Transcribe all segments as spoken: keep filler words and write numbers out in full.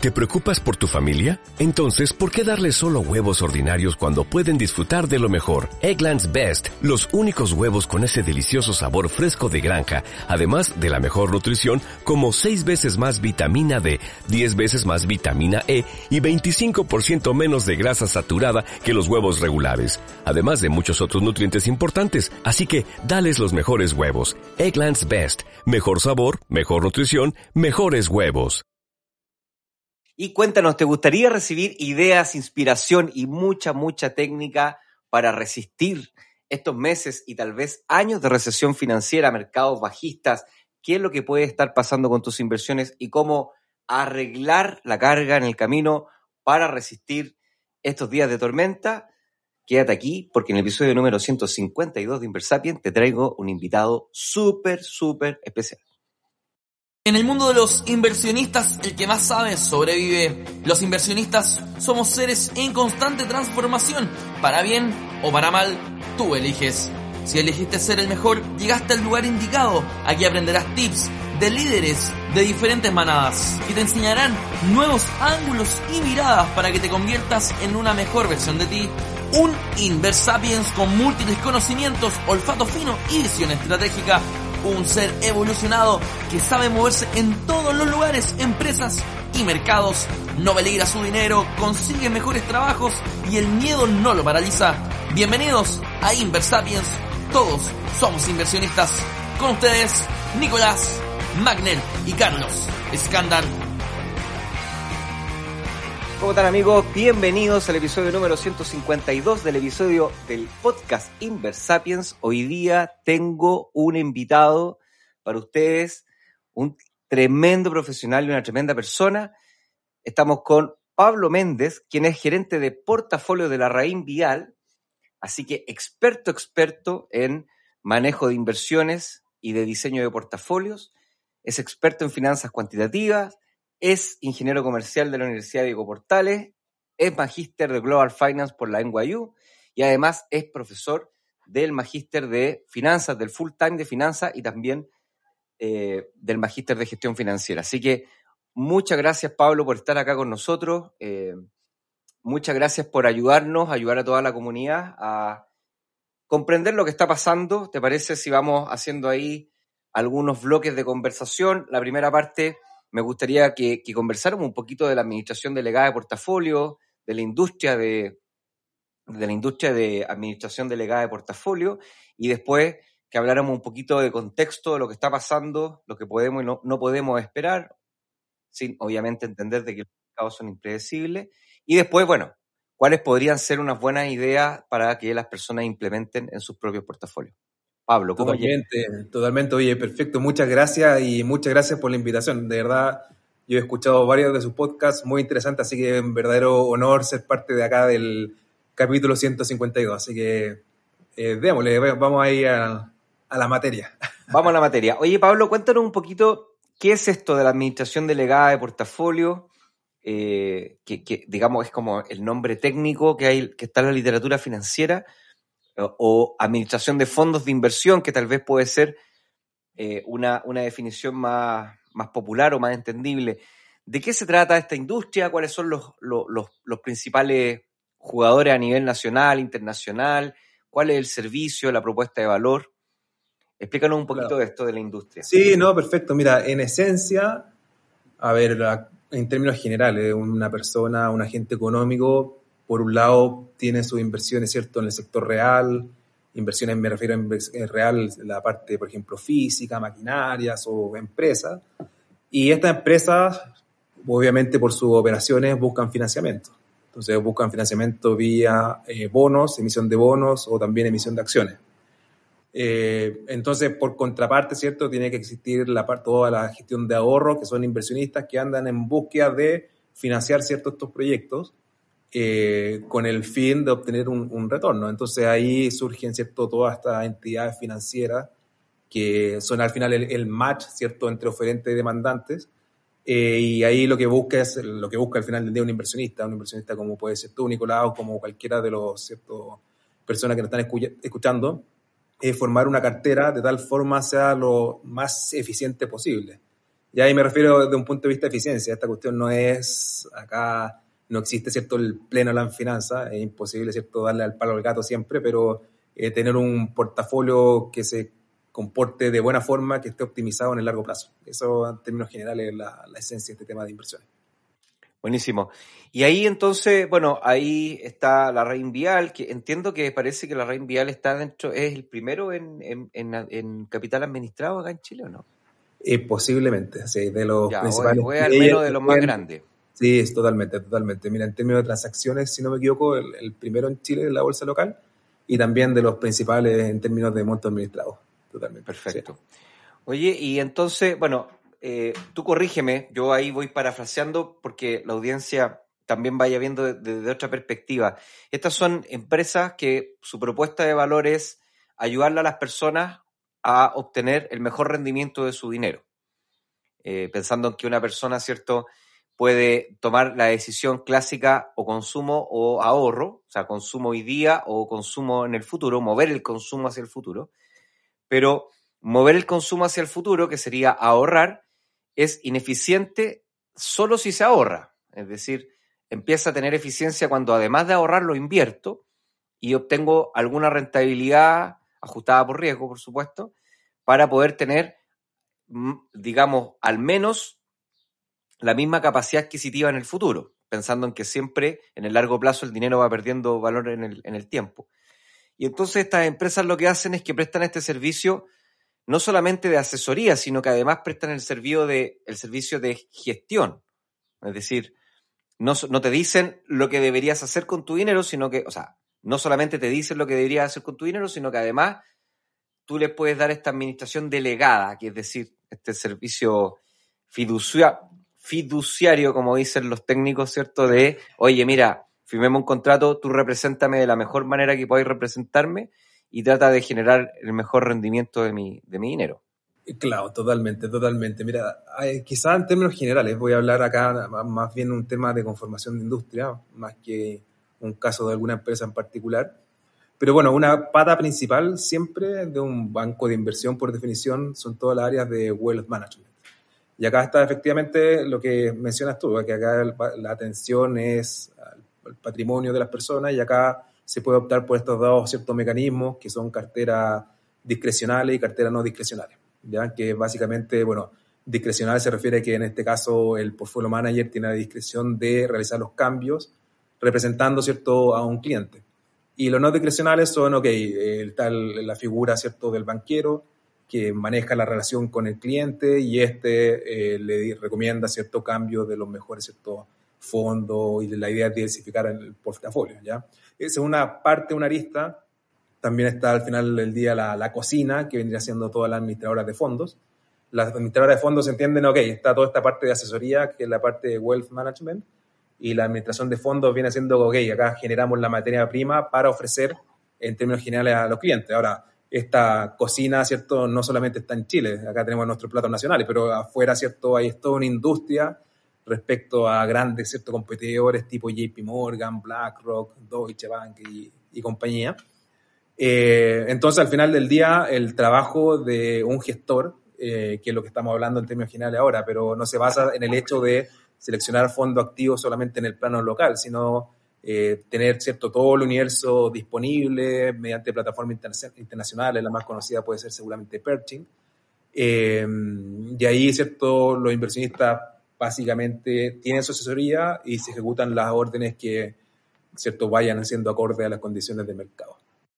¿Te preocupas por tu familia? Entonces, ¿por qué darles solo huevos ordinarios cuando pueden disfrutar de lo mejor? Eggland's Best, los únicos huevos con ese delicioso sabor fresco de granja, además de la mejor nutrición, como seis veces más vitamina D, diez veces más vitamina E y veinticinco por ciento menos de grasa saturada que los huevos regulares, además de muchos otros nutrientes importantes. Así que, dales los mejores huevos. Eggland's Best, mejor sabor, mejor nutrición, mejores huevos. Y cuéntanos, ¿te gustaría recibir ideas, inspiración y mucha, mucha técnica para resistir estos meses y tal vez años de recesión financiera, mercados bajistas? ¿Qué es lo que puede estar pasando con tus inversiones y cómo arreglar la carga en el camino para resistir estos días de tormenta? Quédate aquí porque en el episodio número ciento cincuenta y dos de Inversapien te traigo un invitado súper, súper especial. En el mundo de los inversionistas, el que más sabe sobrevive. Los inversionistas somos seres en constante transformación. Para bien o para mal, tú eliges. Si elegiste ser el mejor, llegaste al lugar indicado. Aquí aprenderás tips de líderes de diferentes manadas que te enseñarán nuevos ángulos y miradas para que te conviertas en una mejor versión de ti. Un Inversapiens con múltiples conocimientos, olfato fino y visión estratégica. Un ser evolucionado que sabe moverse en todos los lugares, empresas y mercados. No peligra su dinero, consigue mejores trabajos y el miedo no lo paraliza. Bienvenidos a Inversapiens. Todos somos inversionistas. Con ustedes, Nicolás, Magner y Carlos Escandar. ¿Cómo están, amigos? Bienvenidos al episodio número ciento cincuenta y dos del episodio del podcast Inversapiens. Hoy día tengo un invitado para ustedes, un tremendo profesional y una tremenda persona. Estamos con Pablo Méndez, quien es gerente de portafolio de la Raín Vial, así que experto, experto en manejo de inversiones y de diseño de portafolios. Es experto en finanzas cuantitativas. Es ingeniero comercial de la Universidad Diego Portales, es magíster de Global Finance por la N Y U y además es profesor del magíster de finanzas, del full time de finanzas y también eh, del magíster de gestión financiera. Así que muchas gracias, Pablo, por estar acá con nosotros. Eh, muchas gracias por ayudarnos, ayudar a toda la comunidad a comprender lo que está pasando. ¿Te parece si vamos haciendo ahí algunos bloques de conversación? La primera parte, me gustaría que, que conversáramos un poquito de la administración delegada de portafolio, de la industria de, de la industria de administración delegada de portafolio, y después que habláramos un poquito de contexto de lo que está pasando, lo que podemos y no, no podemos esperar, sin obviamente entender de que los mercados son impredecibles, y después, bueno, cuáles podrían ser unas buenas ideas para que las personas implementen en sus propios portafolios. Pablo, ¿cómo Totalmente, llegas? totalmente. Oye, perfecto. Muchas gracias y muchas gracias por la invitación. De verdad, yo he escuchado varios de sus podcasts muy interesantes, así que es un verdadero honor ser parte de acá del capítulo ciento cincuenta y dos. Así que eh, démosle, vamos ahí a, a la materia. Vamos a la materia. Oye, Pablo, cuéntanos un poquito qué es esto de la administración delegada de portafolio, eh, que, que digamos es como el nombre técnico que hay, que está en la literatura financiera, o administración de fondos de inversión, que tal vez puede ser eh, una, una definición más, más popular o más entendible. ¿De qué se trata esta industria? ¿Cuáles son los, los, los, los principales jugadores a nivel nacional, internacional? ¿Cuál es el servicio, la propuesta de valor? Explícanos un poquito claro. de esto de la industria. Sí, no, perfecto. Mira, en esencia, a ver, en términos generales, una persona, un agente económico, por un lado, tiene sus inversiones, ¿cierto?, en el sector real. Inversiones, me refiero a inversiones real, la parte, por ejemplo, física, maquinarias o empresas. Y estas empresas, obviamente, por sus operaciones, buscan financiamiento. Entonces, buscan financiamiento vía eh, bonos, emisión de bonos o también emisión de acciones. Eh, entonces, por contraparte, ¿cierto?, tiene que existir la, toda la gestión de ahorro, que son inversionistas que andan en búsqueda de financiar, ¿cierto?, estos proyectos. Eh, con el fin de obtener un, un retorno. Entonces ahí surgen, ¿cierto?, todas estas entidades financieras que son al final el, el match, ¿cierto?, entre oferentes y demandantes, eh, y ahí lo que busca es lo que busca al final del día un inversionista, un inversionista como puede ser tú, Nicolás, o como cualquiera de los, ¿cierto?, personas que nos están escu- escuchando, es formar una cartera de tal forma sea lo más eficiente posible. Y ahí me refiero desde un punto de vista de eficiencia. Esta cuestión no es, acá no existe, ¿cierto?, el pleno de las finanzas. Es imposible, ¿cierto?, darle al palo al gato siempre, pero eh, tener un portafolio que se comporte de buena forma, que esté optimizado en el largo plazo. Eso, en términos generales, es la, la esencia de este tema de inversiones. Buenísimo. Y ahí entonces, bueno, ahí está la Rain Vial, que entiendo que parece que la Rain Vial está dentro, es el primero en, en, en, en capital administrado acá en Chile, ¿o no? Eh, posiblemente, sí, de los Ya, o es, principales o es al players menos de que los más tienen- grandes. Sí, es totalmente, totalmente. Mira, en términos de transacciones, si no me equivoco, el, el primero en Chile en la bolsa local y también de los principales en términos de monto administrado. Totalmente. Perfecto. Oye, y entonces, bueno, eh, tú corrígeme, yo ahí voy parafraseando porque la audiencia también vaya viendo desde de, de otra perspectiva. Estas son empresas que su propuesta de valor es ayudarle a las personas a obtener el mejor rendimiento de su dinero. Eh, pensando en que una persona, ¿cierto?, puede tomar la decisión clásica o consumo o ahorro, o sea, consumo hoy día o consumo en el futuro, mover el consumo hacia el futuro, pero mover el consumo hacia el futuro, que sería ahorrar, es ineficiente solo si se ahorra. Es decir, empieza a tener eficiencia cuando además de ahorrar lo invierto y obtengo alguna rentabilidad ajustada por riesgo, por supuesto, para poder tener, digamos, al menos la misma capacidad adquisitiva en el futuro, pensando en que siempre en el largo plazo el dinero va perdiendo valor en el, en el tiempo. Y entonces estas empresas lo que hacen es que prestan este servicio no solamente de asesoría, sino que además prestan el servicio de, el servicio de gestión. Es decir, no, no te dicen lo que deberías hacer con tu dinero, sino que, o sea, no solamente te dicen lo que deberías hacer con tu dinero, sino que además tú les puedes dar esta administración delegada, que es decir, este servicio fiducia, fiduciario, como dicen los técnicos, ¿cierto? De, oye, mira, firmemos un contrato, tú represéntame de la mejor manera que podáis representarme y trata de generar el mejor rendimiento de mi, de mi dinero. Claro, totalmente, totalmente. Mira, quizás en términos generales voy a hablar acá más bien un tema de conformación de industria, más que un caso de alguna empresa en particular. Pero bueno, una pata principal siempre de un banco de inversión, por definición, son todas las áreas de wealth management. Y acá está efectivamente lo que mencionas tú, que acá el, la atención es al patrimonio de las personas y acá se puede optar por estos dos ciertos mecanismos que son carteras discrecionales y carteras no discrecionales. ¿Ya? Que básicamente, bueno, discrecional se refiere a que en este caso el portfolio manager tiene la discreción de realizar los cambios representando, ¿cierto?, a un cliente. Y los no discrecionales son, ok, eh, tal la figura, ¿cierto?, del banquero que maneja la relación con el cliente y este eh, le recomienda cierto cambio de los mejores, ¿cierto?, fondos, y la idea es diversificar en el portafolio, ¿ya? Esa es una parte, una arista. También está al final del día la, la cocina, que vendría siendo todas las administradoras de fondos. Las administradoras de fondos entienden, ok, está toda esta parte de asesoría, que es la parte de wealth management, y la administración de fondos viene siendo, ok, acá generamos la materia prima para ofrecer en términos generales a los clientes. Ahora, esta cocina, ¿cierto?, no solamente está en Chile, acá tenemos nuestros platos nacionales, pero afuera, ¿cierto?, hay toda una industria respecto a grandes, ¿cierto?, competidores tipo J P Morgan, BlackRock, Deutsche Bank y, y compañía. Eh, entonces, al final del día, el trabajo de un gestor, eh, que es lo que estamos hablando en términos generales ahora, pero no se basa en el hecho de seleccionar fondos activos solamente en el plano local, sino eh, tener, ¿cierto?, todo el universo disponible mediante plataformas interna- internacionales. La más conocida puede ser seguramente Pershing. Eh, y ahí, ¿cierto?, los inversionistas básicamente tienen su asesoría y se ejecutan las órdenes que, ¿cierto?, vayan siendo acorde a las condiciones de mercado.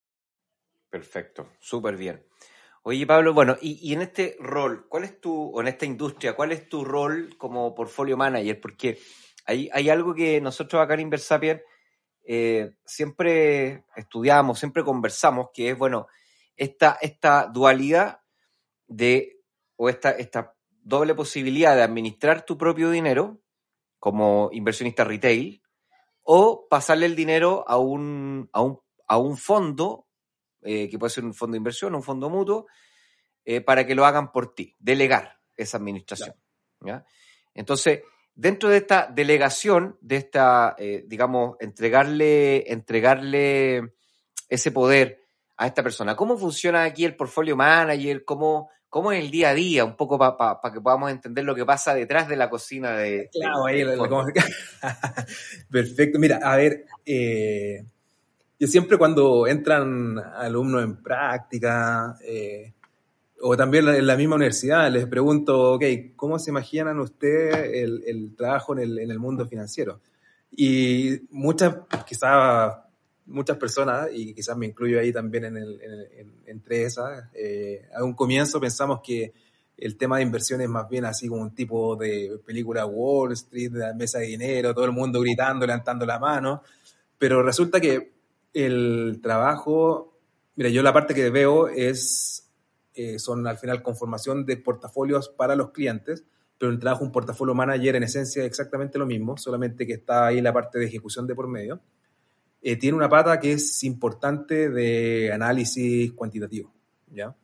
Perfecto, súper bien. Oye, Pablo, bueno, y, y en este rol, ¿cuál es tu, o en esta industria, cuál es tu rol como portfolio manager? Porque hay, hay algo que nosotros acá en Inversapien eh, siempre estudiamos, siempre conversamos, que es, bueno, esta, esta dualidad de, o esta, esta doble posibilidad de administrar tu propio dinero como inversionista retail o pasarle el dinero a un, a un, a un fondo, eh, que puede ser un fondo de inversión, un fondo mutuo, eh, para que lo hagan por ti, delegar esa administración. ¿Ya? Entonces, dentro de esta delegación, de esta, eh, digamos, entregarle, entregarle ese poder a esta persona, ¿cómo funciona aquí el portfolio manager? ¿Cómo, cómo es el día a día, un poco para pa, pa que podamos entender lo que pasa detrás de la cocina de... Claro, de, ahí, de la, la, perfecto. Mira, a ver, eh, yo siempre cuando entran alumnos en práctica, eh, o también en la misma universidad, les pregunto, ok, ¿cómo se imaginan ustedes el, el trabajo en el, en el mundo financiero? Y muchas, quizás muchas personas, y quizás me incluyo ahí también en el, en, en, entre esas, eh, a un comienzo pensamos que el tema de inversión es más bien así como un tipo de película Wall Street, de la mesa de dinero, todo el mundo gritando, levantando la mano, pero resulta que el trabajo, mira, yo la parte que veo es, eh, son al final conformación de portafolios para los clientes, pero el trabajo un portafolio manager en esencia es exactamente lo mismo, solamente que está ahí la parte de ejecución de por medio. Eh, tiene una pata que es importante de análisis cuantitativo, ¿ya?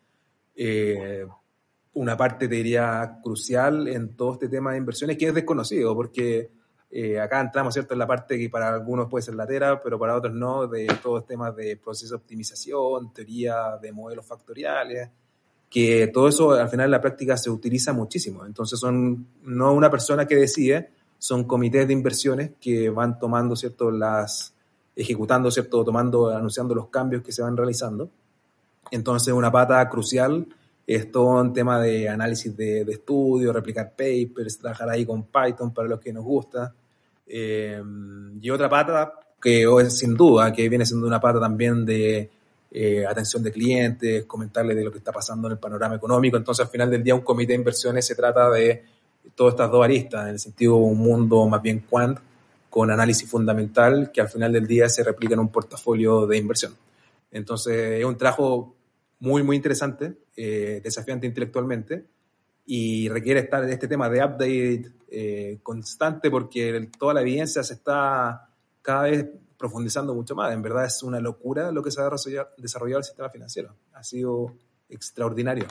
Eh, una parte, te diría, crucial en todo este tema de inversiones que es desconocido, porque eh, acá entramos, ¿cierto?, en la parte que para algunos puede ser latera, pero para otros no, de todos los temas de proceso de optimización, teoría de modelos factoriales, que todo eso al final en la práctica se utiliza muchísimo. Entonces son no una persona que decide, son comités de inversiones que van tomando, ¿cierto?, las, ejecutando, ¿cierto?, tomando, anunciando los cambios que se van realizando. Entonces una pata crucial es todo un tema de análisis de, de estudio, replicar papers, trabajar ahí con Python para los que nos gusta. Eh, y otra pata que es sin duda, que viene siendo una pata también de eh, atención de clientes, comentarles de lo que está pasando en el panorama económico. Entonces, al final del día, un comité de inversiones se trata de todas estas dos aristas, en el sentido de un mundo más bien quant, con análisis fundamental, que al final del día se replica en un portafolio de inversión. Entonces, es un trabajo muy, muy interesante, eh, desafiante intelectualmente, y requiere estar en este tema de update eh, constante, porque el, toda la evidencia se está cada vez profundizando mucho más. En verdad es una locura lo que se ha desarrollado, desarrollado el sistema financiero. Ha sido extraordinario.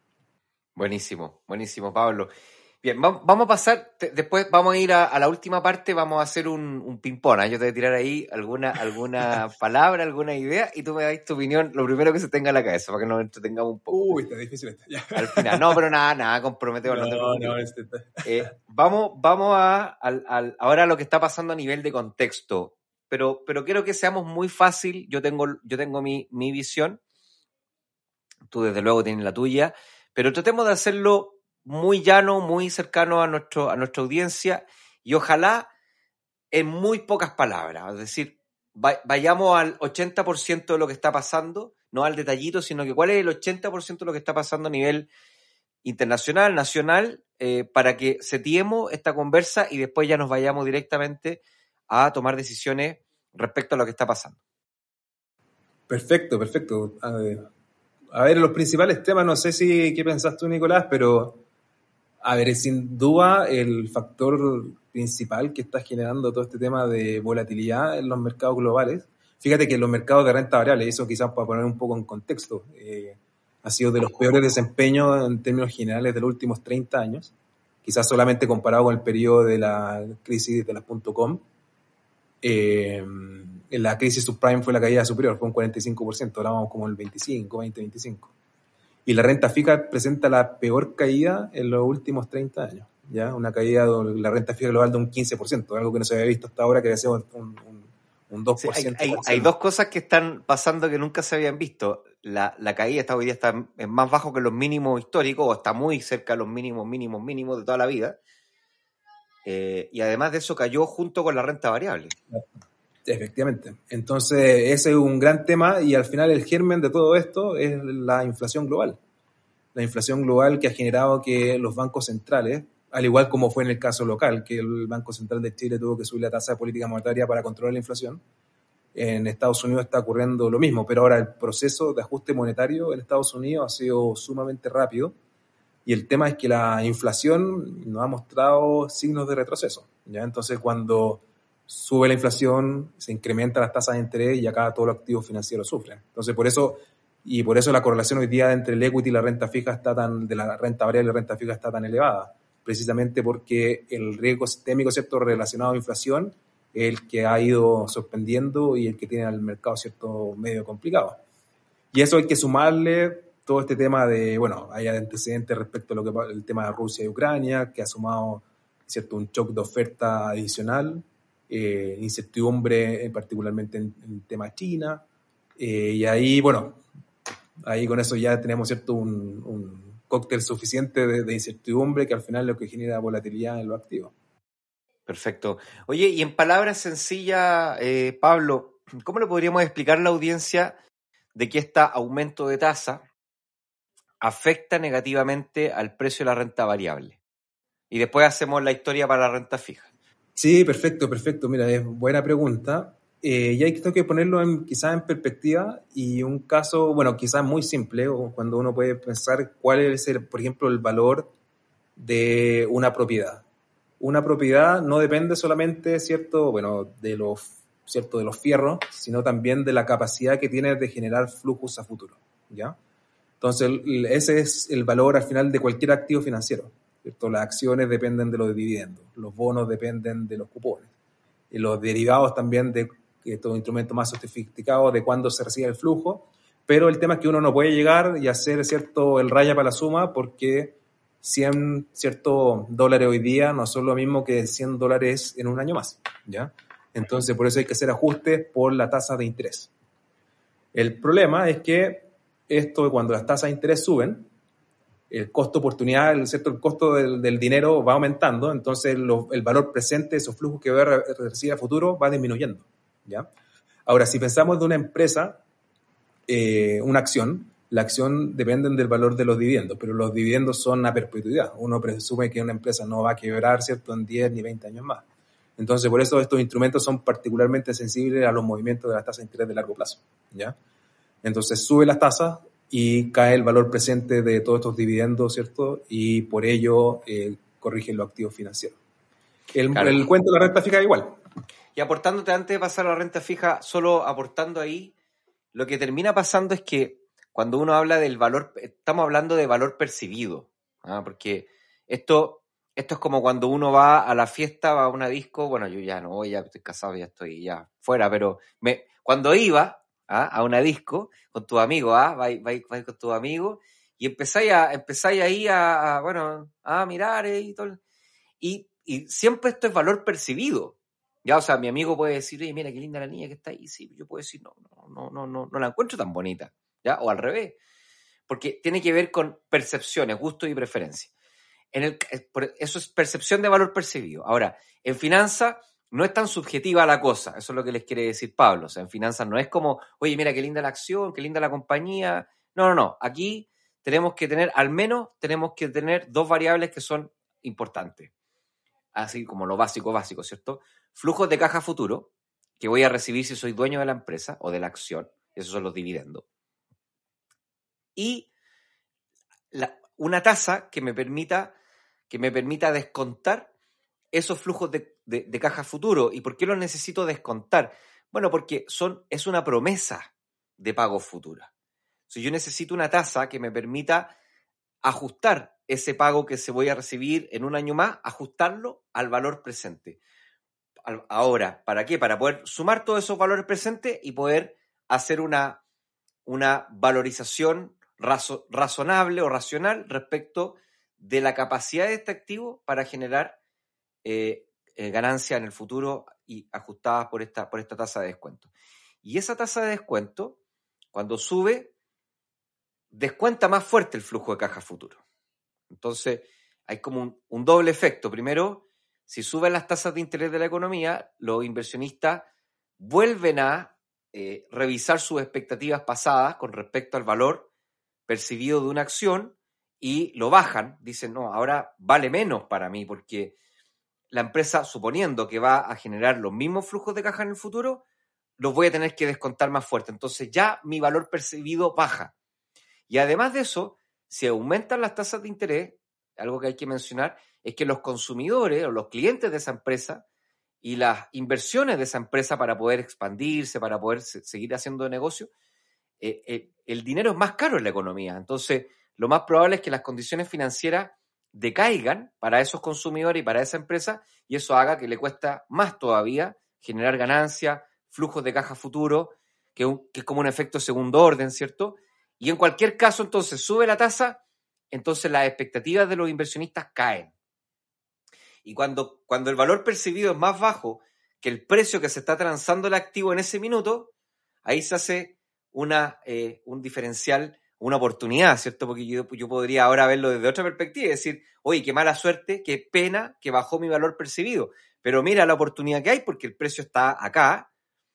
Buenísimo, buenísimo, Pablo. Bien, vamos a pasar, te, después vamos a ir a, a la última parte, vamos a hacer un, un ping-pong. ¿eh? Yo te voy a tirar ahí alguna, alguna palabra, alguna idea, y tú me das tu opinión, lo primero que se tenga en la cabeza, para que nos entretengamos un poco. Uy, está difícil esto. Ya. Al final, no, pero nada, nada, comprometedor, no, no te preocupes. No, este está... eh, vamos, vamos a, al, al, ahora a lo que está pasando a nivel de contexto, pero, pero quiero que seamos muy fácil, yo tengo, yo tengo mi, mi visión, tú desde luego tienes la tuya, pero tratemos de hacerlo muy llano, muy cercano a, nuestro, a nuestra audiencia y ojalá en muy pocas palabras. Es decir, va, vayamos al ochenta por ciento de lo que está pasando, no al detallito, sino que cuál es el ochenta por ciento de lo que está pasando a nivel internacional, nacional, eh, para que setiemos esta conversa y después ya nos vayamos directamente a tomar decisiones respecto a lo que está pasando. Perfecto, perfecto. A ver, a ver los principales temas, no sé si qué pensás tú, Nicolás, pero a ver, sin duda el factor principal que está generando todo este tema de volatilidad en los mercados globales. Fíjate que los mercados de renta variable, eso quizás para poner un poco en contexto, eh, ha sido de los peores desempeños en términos generales de los últimos treinta años, quizás solamente comparado con el periodo de la crisis de las .com. Eh, en la crisis subprime fue la caída superior, fue un cuarenta y cinco por ciento, ahora vamos como el veinticinco, veinte, veinticinco. Y la renta fija presenta la peor caída en los últimos treinta años, ¿ya? Una caída de la renta fija global de un quince por ciento, algo que no se había visto hasta ahora, que había sido un, un, un dos por ciento. Sí, hay, hay, hay dos cosas que están pasando que nunca se habían visto. La, la caída está, hoy día está más bajo que los mínimos históricos, o está muy cerca de los mínimos, mínimos, mínimos de toda la vida. Eh, y además de eso cayó junto con la renta variable. Efectivamente. Entonces, ese es un gran tema y al final el germen de todo esto es la inflación global. La inflación global que ha generado que los bancos centrales, al igual como fue en el caso local, que el Banco Central de Chile tuvo que subir la tasa de política monetaria para controlar la inflación, en Estados Unidos está ocurriendo lo mismo, pero ahora el proceso de ajuste monetario en Estados Unidos ha sido sumamente rápido y el tema es que la inflación nos ha mostrado signos de retroceso, ¿ya? Entonces, cuando sube la inflación, se incrementan las tasas de interés y acá todos los activos financieros sufren. Entonces, por eso, y por eso la correlación hoy día entre el equity y la renta fija está tan, de la renta variable y la renta fija está tan elevada, precisamente porque el riesgo sistémico, ¿cierto?, relacionado a inflación es el que ha ido sorprendiendo y el que tiene al mercado, ¿cierto?, medio complicado. Y eso hay que sumarle todo este tema de, bueno, hay antecedentes respecto a lo que el tema de Rusia y Ucrania, que ha sumado, ¿cierto?, un shock de oferta adicional, eh, incertidumbre eh, particularmente en, en el tema China, eh, y ahí, bueno, ahí con eso ya tenemos, ¿cierto?, un, un cóctel suficiente de, de incertidumbre que al final es lo que genera volatilidad en los activos. Perfecto. Oye, y en palabras sencillas, eh, Pablo, ¿cómo le podríamos explicar a la audiencia de que este aumento de tasa afecta negativamente al precio de la renta variable? Y después hacemos la historia para la renta fija. Sí, perfecto, perfecto. Mira, es buena pregunta. Eh, y hay que, tengo que ponerlo en, quizás en perspectiva y un caso, bueno, quizás muy simple, o cuando uno puede pensar cuál es, el, por ejemplo, el valor de una propiedad. Una propiedad no depende solamente, ¿cierto?, bueno, de los, ¿cierto?, de los fierros, sino también de la capacidad que tiene de generar flujos a futuro, ¿ya? Entonces, ese es el valor al final de cualquier activo financiero, ¿cierto? Las acciones dependen de los dividendos, los bonos dependen de los cupones, y los derivados también de estos instrumentos más sofisticados de cuándo se recibe el flujo, pero el tema es que uno no puede llegar y hacer, ¿cierto?, el raya para la suma, porque cien, ¿cierto?, dólares hoy día no son lo mismo que cien dólares en un año más, ¿ya? Entonces, por eso hay que hacer ajustes por la tasa de interés. El problema es que esto, cuando las tasas de interés suben, el costo oportunidad, el, ¿cierto?, el costo del, del dinero va aumentando, entonces lo, el valor presente, esos flujos que va a recibir a futuro, va disminuyendo, ¿ya? Ahora, si pensamos de una empresa, eh, una acción, la acción depende del valor de los dividendos, pero los dividendos son a perpetuidad. Uno presume que una empresa no va a quebrar, ¿cierto?, en diez ni veinte años más. Entonces, por eso estos instrumentos son particularmente sensibles a los movimientos de las tasas de interés de largo plazo, ¿ya? Entonces, sube las tasas y cae el valor presente de todos estos dividendos, ¿cierto? Y por ello eh, corrigen los activos financieros. El, claro. el cuento de la renta fija es igual. Y aportándote antes de pasar a la renta fija, solo aportando ahí, lo que termina pasando es que cuando uno habla del valor, estamos hablando de valor percibido, ¿ah? Porque esto, esto es como cuando uno va a la fiesta, va a una disco, bueno, yo ya no voy, ya estoy casado, ya estoy ya fuera, pero me, cuando iba ¿ah? a una disco con tus amigos, ¿ah? vais, vais, vais con tus amigos y empezáis, a, empezáis ahí a, a, bueno, a mirar eh, y todo, y, y siempre esto es valor percibido. Ya, o sea, mi amigo puede decir, oye, mira qué linda la niña que está ahí. Sí, yo puedo decir, no, no, no, no, no, no la encuentro tan bonita. ¿Ya? O al revés. Porque tiene que ver con percepciones, gustos y preferencias. En el, eso es percepción de valor percibido. Ahora, en finanzas no es tan subjetiva la cosa. Eso es lo que les quiere decir Pablo. O sea, en finanzas no es como, oye, mira qué linda la acción, qué linda la compañía. No, no, no. Aquí tenemos que tener, al menos tenemos que tener dos variables que son importantes. Así como lo básico, básico, ¿cierto? Flujos de caja futuro, que voy a recibir si soy dueño de la empresa o de la acción, esos son los dividendos. Y la, una tasa que me permita, que me permita descontar esos flujos de, de, de caja futuro. ¿Y por qué los necesito descontar? Bueno, porque son, es una promesa de pago futura. Si yo necesito una tasa que me permita ajustar ese pago que se voy a recibir en un año más, ajustarlo al valor presente. Ahora, ¿para qué? Para poder sumar todos esos valores presentes y poder hacer una, una valorización razo, razonable o racional respecto de la capacidad de este activo para generar eh, eh, ganancia en el futuro y ajustadas por esta, por esta tasa de descuento. Y esa tasa de descuento, cuando sube, descuenta más fuerte el flujo de caja futuro. Entonces, hay como un, un doble efecto. Primero, si suben las tasas de interés de la economía, los inversionistas vuelven a eh, revisar sus expectativas pasadas con respecto al valor percibido de una acción y lo bajan. Dicen, no, ahora vale menos para mí porque la empresa, suponiendo que va a generar los mismos flujos de caja en el futuro, los voy a tener que descontar más fuerte. Entonces ya mi valor percibido baja. Y además de eso, si aumentan las tasas de interés, algo que hay que mencionar es que los consumidores o los clientes de esa empresa y las inversiones de esa empresa para poder expandirse, para poder se- seguir haciendo negocio, eh, eh, el dinero es más caro en la economía. Entonces, lo más probable es que las condiciones financieras decaigan para esos consumidores y para esa empresa y eso haga que le cuesta más todavía generar ganancias, flujos de caja futuro, que, un- que es como un efecto segundo orden, ¿cierto? Y en cualquier caso, entonces, sube la tasa, entonces las expectativas de los inversionistas caen. Y cuando, cuando el valor percibido es más bajo que el precio que se está transando el activo en ese minuto, ahí se hace una, eh, un diferencial, una oportunidad, ¿cierto? Porque yo, yo podría ahora verlo desde otra perspectiva y decir, oye, qué mala suerte, qué pena que bajó mi valor percibido. Pero mira la oportunidad que hay porque el precio está acá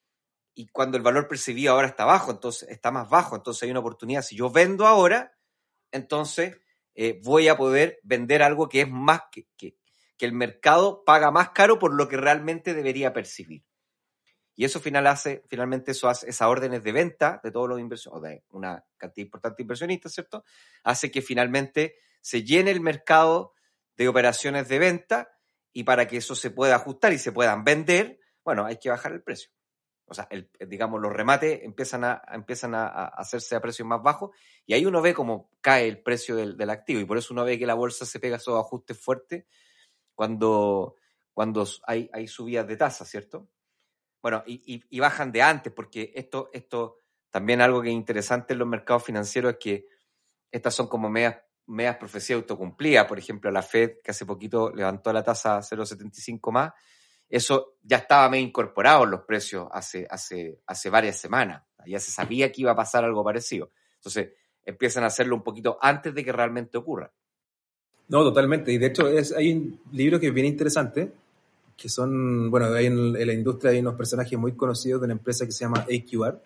y cuando el valor percibido ahora está bajo, entonces está más bajo, entonces hay una oportunidad. Si yo vendo ahora, entonces eh, voy a poder vender algo que es más que, que, que el mercado paga más caro por lo que realmente debería percibir. Y eso final hace, finalmente eso hace, esas órdenes de venta de todos los inversionistas, o de una cantidad importante de inversionistas, ¿cierto? Hace que finalmente se llene el mercado de operaciones de venta y para que eso se pueda ajustar y se puedan vender, bueno, hay que bajar el precio. O sea, el, digamos, los remates empiezan a, empiezan a, a hacerse a precios más bajos y ahí uno ve cómo cae el precio del, del activo y por eso uno ve que la bolsa se pega esos ajustes fuertes cuando, cuando hay, hay subidas de tasa, ¿cierto? Bueno, y, y, y bajan de antes, porque esto, esto también algo que es interesante en los mercados financieros es que estas son como medias, medias profecías autocumplidas. Por ejemplo, la Fed, que hace poquito levantó la tasa a cero coma setenta y cinco más, eso ya estaba medio incorporado en los precios hace, hace, hace varias semanas. Ya se sabía que iba a pasar algo parecido. Entonces, empiezan a hacerlo un poquito antes de que realmente ocurra. No, totalmente. Y de hecho, es, hay un libro que es bien interesante, que son, bueno, hay en, en la industria hay unos personajes muy conocidos de una empresa que se llama A Q R,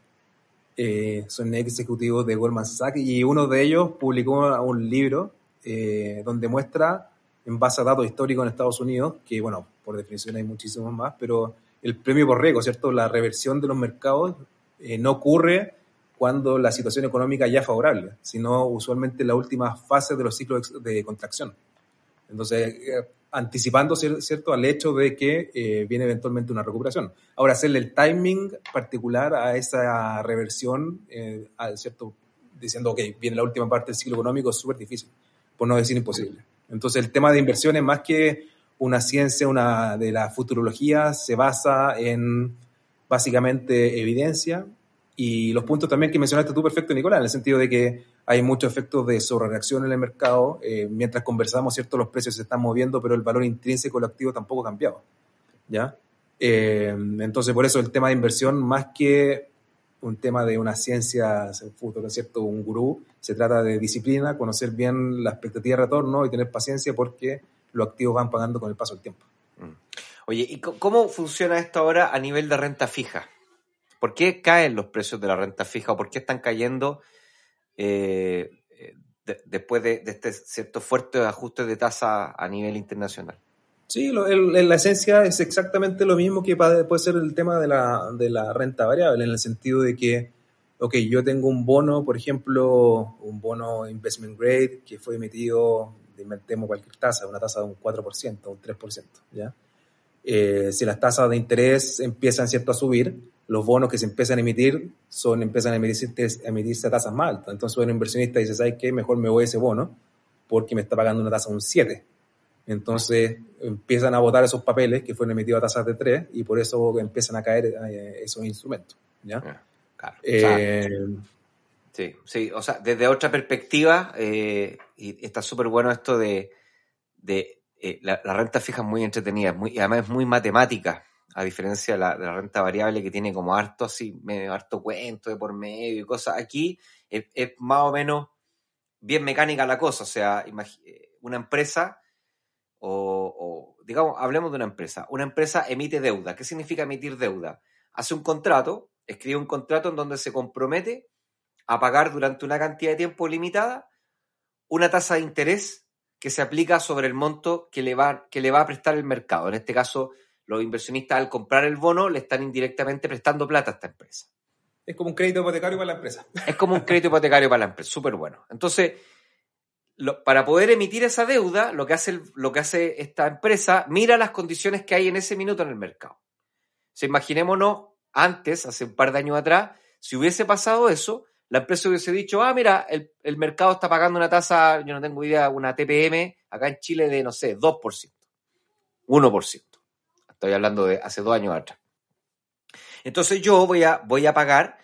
eh, son ejecutivos de Goldman Sachs, y uno de ellos publicó un libro eh, donde muestra, en base a datos históricos en Estados Unidos, que bueno, por definición hay muchísimos más, pero el premio por riesgo, ¿cierto? La reversión de los mercados eh, no ocurre cuando la situación económica ya es favorable, sino usualmente en la última fase de los ciclos de contracción. Entonces, eh, anticipando, ¿cierto?, al hecho de que eh, viene eventualmente una recuperación. Ahora, hacerle el timing particular a esa reversión, eh, ¿cierto?, diciendo, ok, viene la última parte del ciclo económico, es súper difícil, por no decir imposible. Entonces, el tema de inversiones, más que una ciencia una de la futurología, se basa en, básicamente, evidencia, y los puntos también que mencionaste tú perfecto, Nicolás, en el sentido de que hay muchos efectos de sobrereacción en el mercado. Eh, mientras conversamos, ¿cierto?, los precios se están moviendo, pero el valor intrínseco del activo tampoco ha cambiado, ¿ya? Eh, entonces, por eso el tema de inversión, más que un tema de una ciencia, ¿cierto?, un gurú, se trata de disciplina, conocer bien la expectativa de retorno y tener paciencia porque los activos van pagando con el paso del tiempo. Oye, ¿y cómo funciona esto ahora a nivel de renta fija? ¿Por qué caen los precios de la renta fija o por qué están cayendo eh, de, después de, de este cierto fuerte ajuste de tasa a nivel internacional? Sí, lo, el, en la esencia es exactamente lo mismo que puede ser el tema de la, de la renta variable, en el sentido de que, ok, yo tengo un bono, por ejemplo, un bono investment grade que fue emitido, inventemos cualquier tasa, una tasa de un cuatro por ciento, un tres por ciento, ¿ya? Eh, si las tasas de interés empiezan, ¿cierto?, a subir, los bonos que se empiezan a emitir son, empiezan a emitirse, a emitirse a tasas más altas. Entonces, un inversionista dice, ¿sabes qué? Mejor me voy a ese bono porque me está pagando una tasa de un siete. Entonces, empiezan a botar esos papeles que fueron emitidos a tasas de tres y por eso empiezan a caer eh, esos instrumentos, ¿ya? Claro. Eh, o sea, sí, sí. O sea, desde otra perspectiva, eh, y está súper bueno esto de, de eh, la, la renta fija es muy entretenida, muy, y además es muy matemática, a diferencia de la, de la renta variable que tiene como harto así, medio harto cuento de por medio y cosas. Aquí es, es más o menos bien mecánica la cosa. O sea, una empresa, o, o digamos, hablemos de una empresa. Una empresa emite deuda. ¿Qué significa emitir deuda? Hace un contrato, escribe un contrato en donde se compromete a pagar durante una cantidad de tiempo limitada una tasa de interés que se aplica sobre el monto que le va, que le va a prestar el mercado. En este caso, los inversionistas al comprar el bono le están indirectamente prestando plata a esta empresa. Es como un crédito hipotecario para la empresa. Es como un crédito hipotecario para la empresa, súper bueno. Entonces, lo, para poder emitir esa deuda, lo que, hace el, lo que hace esta empresa, mira las condiciones que hay en ese minuto en el mercado. O sea, imaginémonos antes, hace un par de años atrás, si hubiese pasado eso, la empresa hubiese dicho, ah, mira, el, el mercado está pagando una tasa, yo no tengo idea, una T P M acá en Chile de, no sé, dos por ciento, uno por ciento. Estoy hablando de hace dos años atrás. Entonces yo voy a, voy a pagar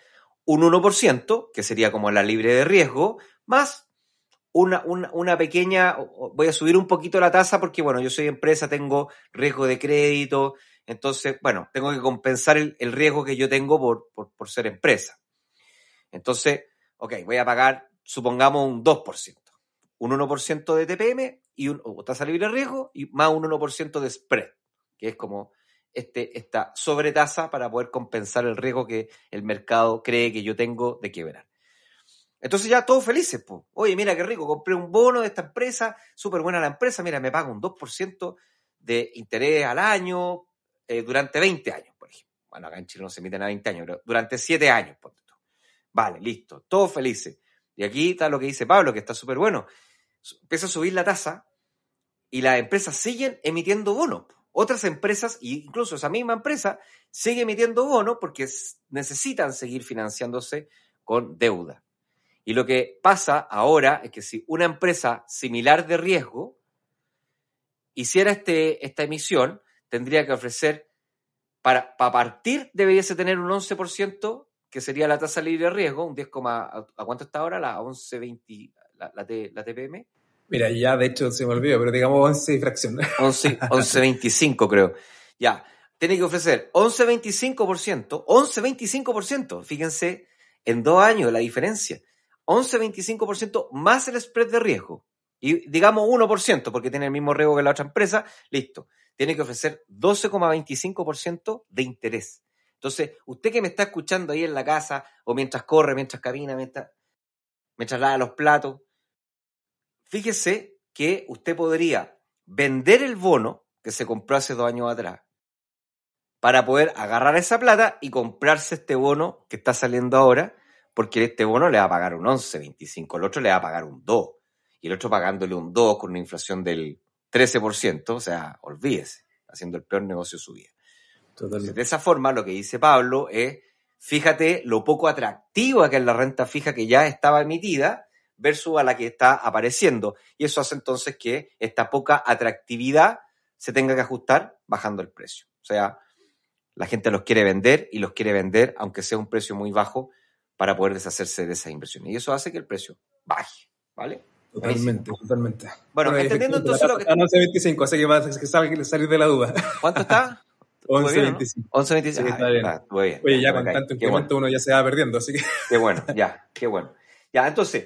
un uno por ciento, que sería como la libre de riesgo, más una, una, una pequeña, voy a subir un poquito la tasa porque, bueno, yo soy empresa, tengo riesgo de crédito, entonces, bueno, tengo que compensar el, el riesgo que yo tengo por, por, por ser empresa. Entonces, ok, voy a pagar, supongamos, un dos por ciento, un uno por ciento de T P M y un, o tasa libre de riesgo y más un uno por ciento de spread, que es como este, esta sobretasa para poder compensar el riesgo que el mercado cree que yo tengo de quebrar. Entonces ya todos felices, pues. Oye, mira qué rico, compré un bono de esta empresa, súper buena la empresa, mira, me paga un dos por ciento de interés al año eh, durante veinte años, por ejemplo. Bueno, acá en Chile no se emiten a veinte años, pero durante siete años, por ejemplo. Vale, listo, todos felices. Y aquí está lo que dice Pablo, que está súper bueno. Empieza a subir la tasa y las empresas siguen emitiendo bonos. Otras empresas, incluso esa misma empresa, sigue emitiendo bonos porque necesitan seguir financiándose con deuda. Y lo que pasa ahora es que si una empresa similar de riesgo hiciera este, esta emisión, tendría que ofrecer, para, para partir deberíase tener un once por ciento, que sería la tasa libre de riesgo, un diez, ¿a, a cuánto está ahora? La once veinte, la, la, T, la T P M. Mira, ya de hecho se me olvidó, pero digamos once y fracción. once veinticinco creo. Ya, tiene que ofrecer once veinticinco por ciento, once veinticinco por ciento, fíjense, en dos años la diferencia. once veinticinco por ciento más el spread de riesgo. Y digamos uno por ciento, porque tiene el mismo riesgo que la otra empresa, listo. Tiene que ofrecer doce coma veinticinco por ciento de interés. Entonces, usted que me está escuchando ahí en la casa, o mientras corre, mientras camina, mientras, mientras lava los platos, fíjese que usted podría vender el bono que se compró hace dos años atrás para poder agarrar esa plata y comprarse este bono que está saliendo ahora, porque este bono le va a pagar un once veinticinco, el otro le va a pagar un dos, y el otro pagándole un dos con una inflación del trece por ciento, o sea, olvídese, haciendo el peor negocio de su vida. Entonces, de esa forma, lo que dice Pablo es, fíjate lo poco atractiva que es la renta fija que ya estaba emitida versus a la que está apareciendo, y eso hace entonces que esta poca atractividad se tenga que ajustar bajando el precio. O sea, la gente los quiere vender y los quiere vender aunque sea un precio muy bajo para poder deshacerse de esas inversiones. Y eso hace que el precio baje, ¿vale? Totalmente, Buenísimo. totalmente. Bueno, bueno, entendiendo entonces lo que... Está en once veinticinco, así que va a salir de la duda. ¿Cuánto está? once veinticinco. ¿no? once veinticinco. Sí, está bien. Ah, muy bien. Oye, ya, ya no con cae. tanto incremento bueno. Uno ya se va perdiendo, así que... Qué bueno, ya, qué bueno. Ya, entonces,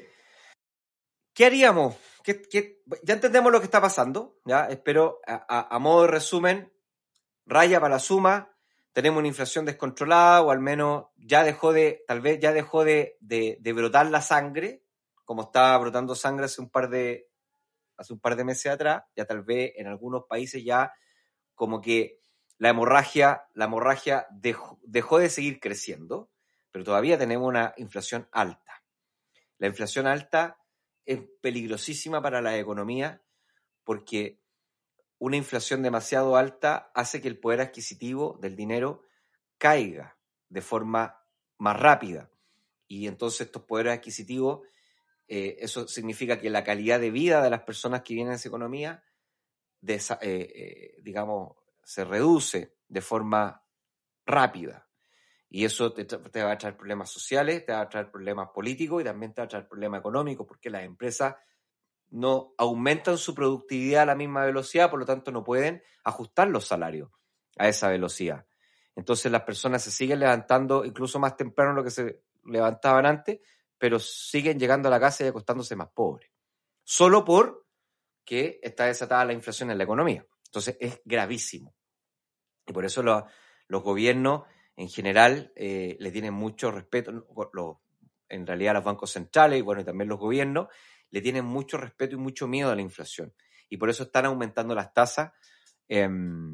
¿qué haríamos? ¿Qué, qué... Ya entendemos lo que está pasando, ¿ya? Espero, a, a, a modo de resumen, raya para la suma, tenemos una inflación descontrolada, o al menos ya dejó de, tal vez ya dejó de, de, de brotar la sangre, como estaba brotando sangre hace un par de, hace un par de meses atrás, ya tal vez en algunos países ya como que la hemorragia, la hemorragia dejó, dejó de seguir creciendo, pero todavía tenemos una inflación alta. La inflación alta es peligrosísima para la economía porque una inflación demasiado alta hace que el poder adquisitivo del dinero caiga de forma más rápida. Y entonces estos poderes adquisitivos, eh, eso significa que la calidad de vida de las personas que vienen a esa economía, de esa, eh, eh, digamos, se reduce de forma rápida. Y eso te, te va a traer problemas sociales, te va a traer problemas políticos y también te va a traer problemas económicos, porque las empresas no aumentan su productividad a la misma velocidad, por lo tanto no pueden ajustar los salarios a esa velocidad. Entonces las personas se siguen levantando incluso más temprano de lo que se levantaban antes, pero siguen llegando a la casa y acostándose más pobres. Solo porque está desatada la inflación en la economía. Entonces es gravísimo. Y por eso lo, los gobiernos en general eh, le tienen mucho respeto, lo, en realidad los bancos centrales y bueno, y también los gobiernos, le tienen mucho respeto y mucho miedo a la inflación. Y por eso están aumentando las tasas eh,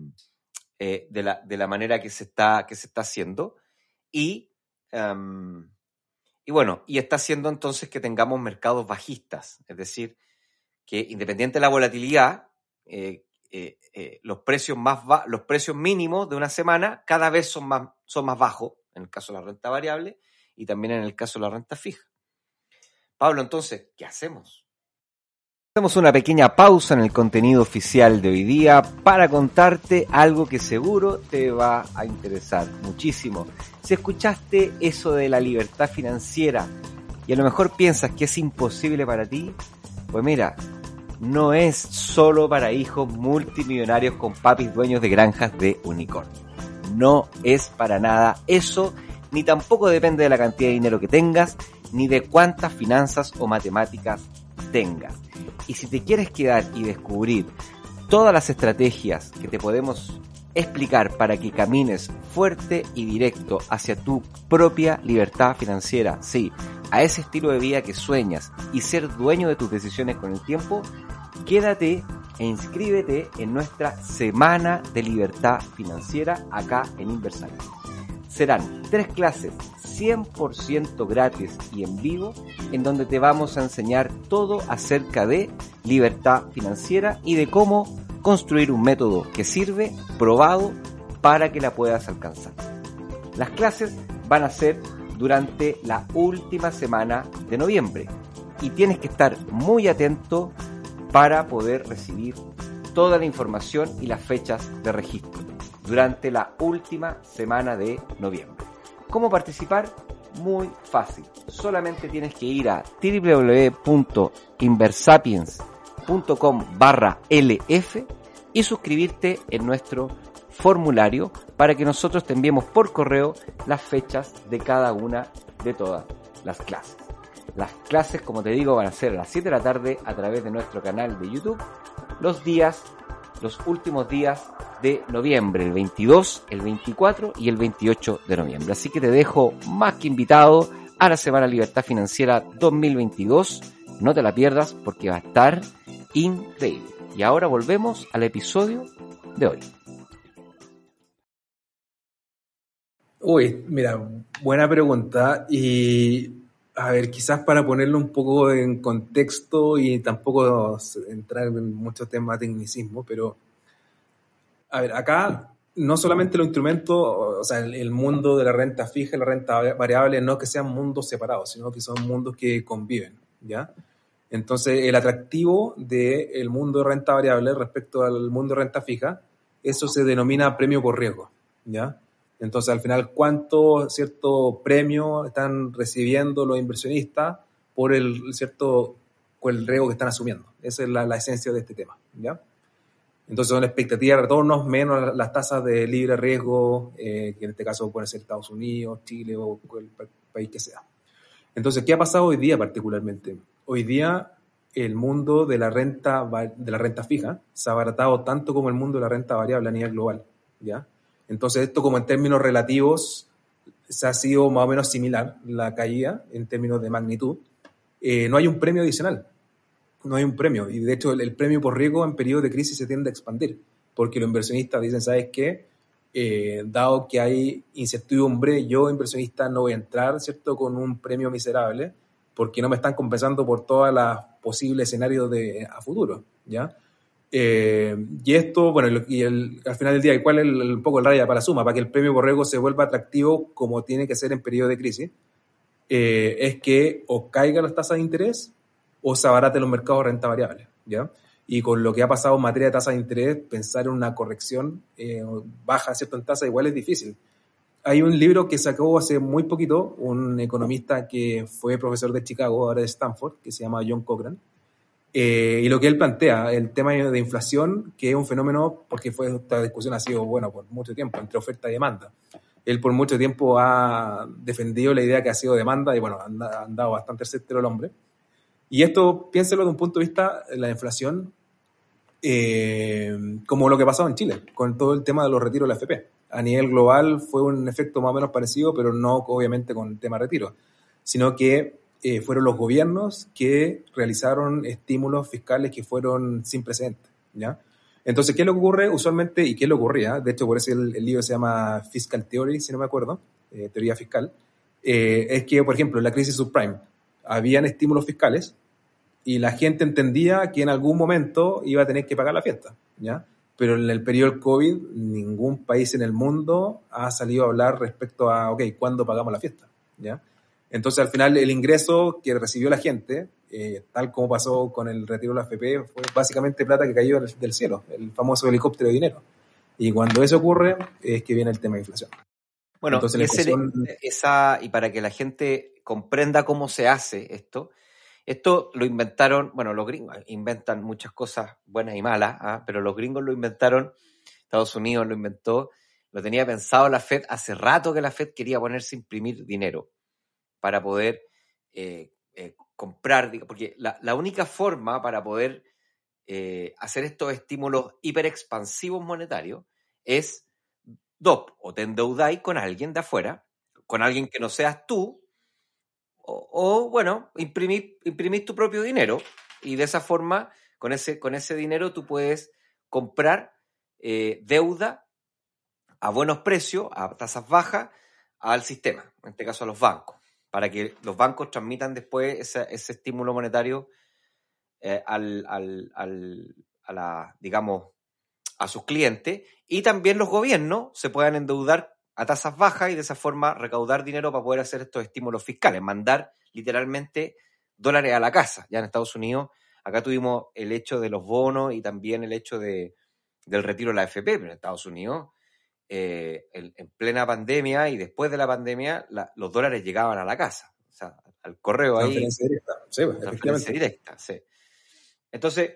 eh, de, la, de la manera que se está, que se está haciendo. Y, um, y bueno, y está haciendo entonces que tengamos mercados bajistas. Es decir, que independiente de la volatilidad, eh, eh, eh, los precios más ba- los precios mínimos de una semana cada vez son más, son más bajos, en el caso de la renta variable y también en el caso de la renta fija. Pablo, entonces, ¿qué hacemos? Hacemos una pequeña pausa en el contenido oficial de hoy día para contarte algo que seguro te va a interesar muchísimo. Si escuchaste eso de la libertad financiera y a lo mejor piensas que es imposible para ti, pues mira, no es solo para hijos multimillonarios con papis dueños de granjas de unicornio. No es para nada eso, ni tampoco depende de la cantidad de dinero que tengas, ni de cuántas finanzas o matemáticas tengas. Y si te quieres quedar y descubrir todas las estrategias que te podemos explicar para que camines fuerte y directo hacia tu propia libertad financiera, sí, a ese estilo de vida que sueñas y ser dueño de tus decisiones con el tiempo, quédate e inscríbete en nuestra Semana de Libertad Financiera acá en Inversapiens. Serán tres clases cien por ciento gratis y en vivo, en donde te vamos a enseñar todo acerca de libertad financiera y de cómo construir un método que sirve, probado, para que la puedas alcanzar. Las clases van a ser durante la última semana de noviembre y tienes que estar muy atento para poder recibir toda la información y las fechas de registro durante la última semana de noviembre. ¿Cómo participar? Muy fácil. Solamente tienes que ir a w w w punto inversapiens punto com barra l f y suscribirte en nuestro formulario para que nosotros te enviemos por correo las fechas de cada una de todas las clases. Las clases, como te digo, van a ser a las siete de la tarde a través de nuestro canal de YouTube, los días, los últimos días de noviembre, el veintidós, el veinticuatro y el veintiocho de noviembre. Así que te dejo más que invitado a la Semana Libertad Financiera dos mil veintidós. No te la pierdas porque va a estar increíble. Y ahora volvemos al episodio de hoy. Uy, mira, buena pregunta. Y a ver, quizás para ponerlo un poco en contexto y tampoco entrar en muchos temas de tecnicismo, pero a ver, acá no solamente los instrumentos, o sea, el, el mundo de la renta fija y la renta variable no que sean mundos separados, sino que son mundos que conviven, ¿ya? Entonces, el atractivo del mundo de renta variable respecto al mundo de renta fija, eso se denomina premio por riesgo, ¿ya? Entonces, al final, ¿cuánto cierto premio están recibiendo los inversionistas por el cierto por el riesgo que están asumiendo? Esa es la, la esencia de este tema, ¿ya? Entonces, son expectativas de retornos menos las tasas de libre riesgo, eh, que en este caso pueden ser Estados Unidos, Chile o el país que sea. Entonces, ¿qué ha pasado hoy día particularmente? Hoy día el mundo de la renta de la renta fija se ha abaratado tanto como el mundo de la renta variable a nivel global, ¿ya? Entonces, esto como en términos relativos se ha sido más o menos similar la caída en términos de magnitud. Eh, no hay un premio adicional, no hay un premio. Y de hecho, el, el premio por riesgo en periodos de crisis se tiende a expandir, porque los inversionistas dicen, ¿sabes qué? Eh, dado que hay incertidumbre, yo inversionista no voy a entrar, ¿cierto?, con un premio miserable, porque no me están compensando por todos los posibles escenarios de, a futuro, ¿ya? Eh, y esto, bueno, y el, al final del día, ¿cuál es el, el, un poco el raya para la suma? Para que el premio por riesgo se vuelva atractivo como tiene que ser en periodo de crisis, eh, es que o caigan las tasas de interés o se abaraten los mercados de renta variable, ¿ya? Y con lo que ha pasado en materia de tasas de interés, pensar en una corrección eh, baja, ¿cierto?, en tasa igual es difícil. Hay un libro que sacó hace muy poquito un economista que fue profesor de Chicago, ahora de Stanford, que se llama John Cochran. Eh, y lo que él plantea, el tema de inflación, que es un fenómeno, porque fue, esta discusión ha sido, bueno, por mucho tiempo, entre oferta y demanda. Él por mucho tiempo ha defendido la idea que ha sido demanda y, bueno, ha andado bastante certero el hombre. Y esto, piénselo de un punto de vista, la inflación, eh, como lo que ha pasado en Chile, con todo el tema de los retiros de la F P. A nivel global fue un efecto más o menos parecido, pero no obviamente con el tema de retiro, sino que Eh, fueron los gobiernos que realizaron estímulos fiscales que fueron sin precedentes, ¿ya? Entonces, ¿qué es lo que ocurre usualmente y qué es lo que ocurría? De hecho, por eso el, el libro se llama Fiscal Theory, si no me acuerdo, eh, teoría fiscal. Eh, es que, por ejemplo, en la crisis subprime habían estímulos fiscales y la gente entendía que en algún momento iba a tener que pagar la fiesta, ¿ya? Pero en el periodo del COVID, ningún país en el mundo ha salido a hablar respecto a, ok, ¿cuándo pagamos la fiesta? ¿Ya? Entonces, al final, el ingreso que recibió la gente, eh, tal como pasó con el retiro de la A F P, fue básicamente plata que cayó del, del cielo, el famoso helicóptero de dinero. Y cuando eso ocurre, es que viene el tema de inflación. Bueno, Entonces, y, la ese- inflación, esa, y para que la gente comprenda cómo se hace esto, esto lo inventaron, bueno, los gringos inventan muchas cosas buenas y malas, ¿ah? Pero los gringos lo inventaron, Estados Unidos lo inventó, lo tenía pensado la Fed, hace rato que la Fed quería ponerse a imprimir dinero para poder eh, eh, comprar, digo, porque la, la única forma para poder eh, hacer estos estímulos hiperexpansivos monetarios es dos, o te endeudáis con alguien de afuera, con alguien que no seas tú, o, o, bueno, imprimir, imprimir tu propio dinero y de esa forma, con ese, con ese dinero tú puedes comprar eh, deuda a buenos precios, a tasas bajas, al sistema, en este caso a los bancos, para que los bancos transmitan después ese, ese estímulo monetario eh, al, al, al, a la, digamos, a sus clientes, y también los gobiernos se puedan endeudar a tasas bajas y de esa forma recaudar dinero para poder hacer estos estímulos fiscales, mandar literalmente dólares a la casa. Ya en Estados Unidos, acá tuvimos el hecho de los bonos y también el hecho de, del retiro de la A F P, pero en Estados Unidos, eh, en, en plena pandemia y después de la pandemia, la, los dólares llegaban a la casa, o sea, al correo ahí, transferencia directa. Sí, pues, transferencia efectivamente. directa, sí. Entonces,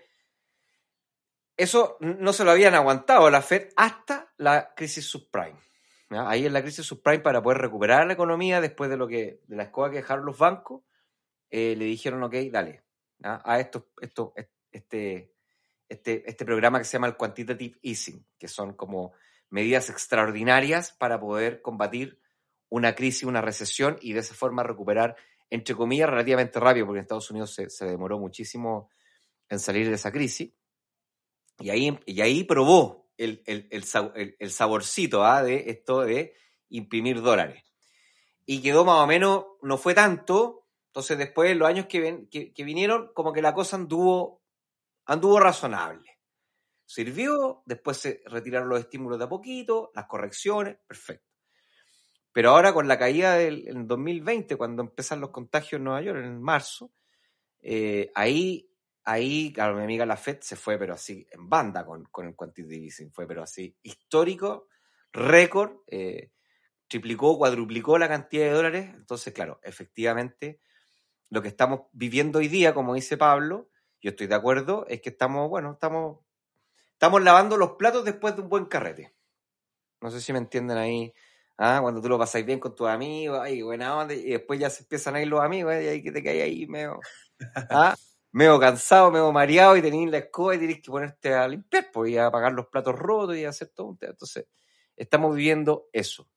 eso no se lo habían aguantado la Fed hasta la crisis subprime. ¿Ya? Ahí en la crisis subprime, para poder recuperar la economía después de lo que de la escoba que dejaron los bancos, eh, le dijeron, ok, dale, ¿ya? A esto, esto, este, este, este programa que se llama el Quantitative Easing, que son como medidas extraordinarias para poder combatir una crisis, una recesión, y de esa forma recuperar, entre comillas, relativamente rápido, porque en Estados Unidos se, se demoró muchísimo en salir de esa crisis. Y ahí, y ahí probó el, el, el, el, el saborcito ¿ah? de esto de imprimir dólares. Y quedó más o menos, no fue tanto, entonces después, en los años que, ven, que, que vinieron, como que la cosa anduvo, anduvo razonable. Sirvió, después se retiraron los estímulos de a poquito, las correcciones, perfecto. Pero ahora con la caída del en dos mil veinte, cuando empiezan los contagios en Nueva York, en marzo, eh, ahí... Ahí, claro, mi amiga la Fed se fue, pero así, en banda con, con el quantitative easing. Fue, pero así, histórico, récord, eh, triplicó, cuadruplicó la cantidad de dólares. Entonces, claro, efectivamente, lo que estamos viviendo hoy día, como dice Pablo, yo estoy de acuerdo, es que estamos, bueno, estamos, estamos lavando los platos después de un buen carrete. No sé si me entienden ahí. ¿Ah? Cuando tú lo pasáis bien con tus amigos, ay, buena onda, y después ya se empiezan a ir los amigos, y ahí que te caes ahí medio... ¿Ah? medio cansado, medio mareado, y tenéis la escoba y tenéis que ponerte a limpiar, pues, y a apagar los platos rotos y a hacer todo un tema. Entonces, estamos viviendo eso.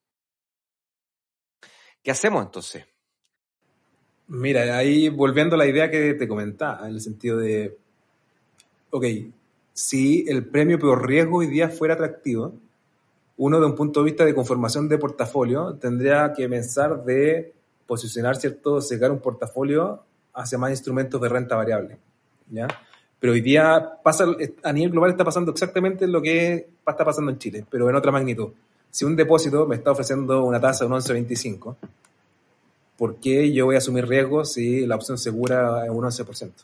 ¿Qué hacemos entonces? Mira, ahí volviendo a la idea que te comentaba, en el sentido de, ok, si el premio por riesgo hoy día fuera atractivo, uno de un punto de vista de conformación de portafolio tendría que pensar de posicionar, ¿cierto?, secar un portafolio hacia más instrumentos de renta variable, ¿ya? Pero hoy día pasa, a nivel global está pasando exactamente lo que está pasando en Chile, pero en otra magnitud. Si un depósito me está ofreciendo una tasa de un once veinticinco, ¿por qué yo voy a asumir riesgos si la opción segura es un once por ciento?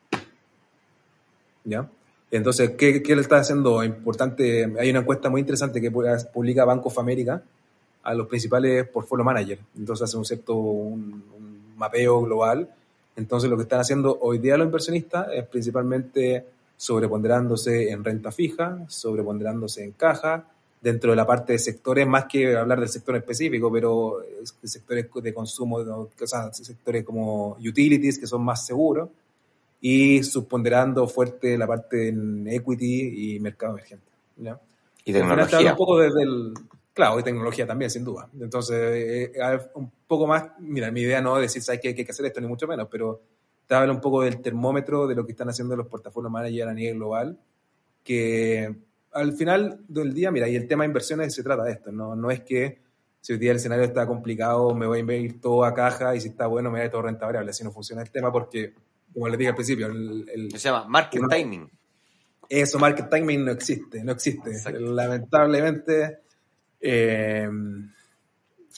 ¿Ya? Entonces, ¿qué, qué le está haciendo? Importante, hay una encuesta muy interesante que publica Bank of America a los principales portfolio managers. Entonces hace un cierto un, un mapeo global. Entonces lo que están haciendo hoy día los inversionistas es principalmente sobreponderándose en renta fija, sobreponderándose en caja, dentro de la parte de sectores, más que hablar del sector específico, pero sectores de consumo, o sea, sectores como utilities, que son más seguros, y subponderando fuerte la parte en equity y mercado emergente, ¿ya? Y tecnología. Al un poco desde el... Claro, y tecnología también, sin duda. Entonces, eh, un poco más, mira, mi idea no es decir, ¿sabes qué? Que hay que hacer esto, ni mucho menos, pero te habla un poco del termómetro de lo que están haciendo los portafolios managers a nivel global, que al final del día, mira, y el tema de inversiones se trata de esto, no, no es que si hoy día el escenario está complicado, me voy a invertir todo a caja, y si está bueno, me voy a todo renta variable. Así no funciona el tema porque, como les dije al principio, el, el, se llama market uno, timing. Eso, market timing no existe, no existe. Exacto. Lamentablemente... Eh,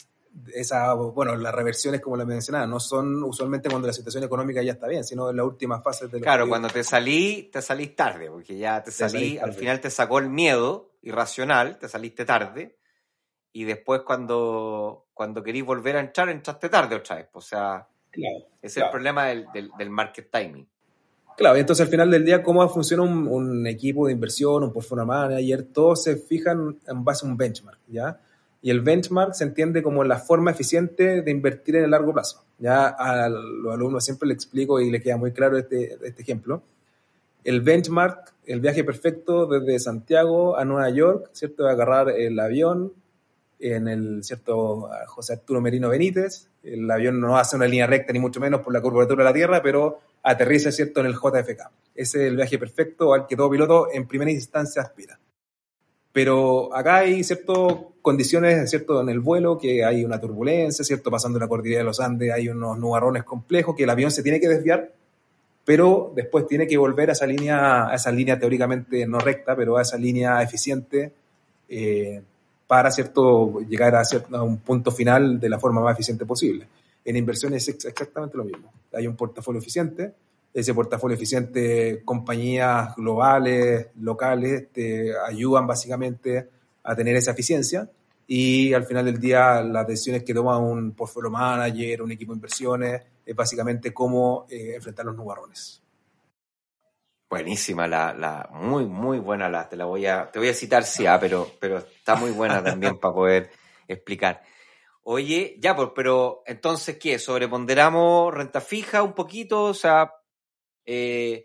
esa, bueno, las reversiones, como les mencionaba, no son usualmente cuando la situación económica ya está bien, sino en las últimas fases de los Claro, periodos. cuando te salí, te salís tarde, porque ya te Te salí, salís al tarde. final te sacó el miedo irracional, te saliste tarde, y después cuando, cuando querís volver a entrar, entraste tarde otra vez. O sea, Claro, ese es claro. el problema del, del, del market timing. Claro, y entonces al final del día, cómo funciona un, un equipo de inversión, un portfolio manager, todos se fijan en base a un benchmark, ¿ya? Y el benchmark se entiende como la forma eficiente de invertir en el largo plazo. Ya a los alumnos siempre les explico y les queda muy claro este, este ejemplo. El benchmark, el viaje perfecto desde Santiago a Nueva York, ¿cierto? De agarrar el avión en el, ¿cierto? José Arturo Merino Benítez. El avión no hace una línea recta ni mucho menos por la curvatura de la Tierra, pero aterriza, ¿cierto?, en el J F K. Ese es el viaje perfecto al que todo piloto en primera instancia aspira. Pero acá hay ciertas condiciones, ¿cierto?, en el vuelo, que hay una turbulencia, ¿cierto?, pasando la cordillera de los Andes, hay unos nubarrones complejos que el avión se tiene que desviar, pero después tiene que volver a esa línea, a esa línea teóricamente no recta, pero a esa línea eficiente, eh, para, ¿cierto?, llegar a, cierto, a un punto final de la forma más eficiente posible. En inversiones es exactamente lo mismo. Hay un portafolio eficiente, ese portafolio eficiente, compañías globales, locales, te ayudan básicamente a tener esa eficiencia, y al final del día las decisiones que toma un portfolio manager, un equipo de inversiones, es básicamente cómo eh, enfrentar los nubarrones. Buenísima, la, la, muy, muy buena, la, te la voy a, te voy a citar, sí, ah, pero, pero está muy buena también para poder explicar. Oye, ya, pues, pero entonces, ¿qué? ¿Sobreponderamos renta fija un poquito? O sea, eh,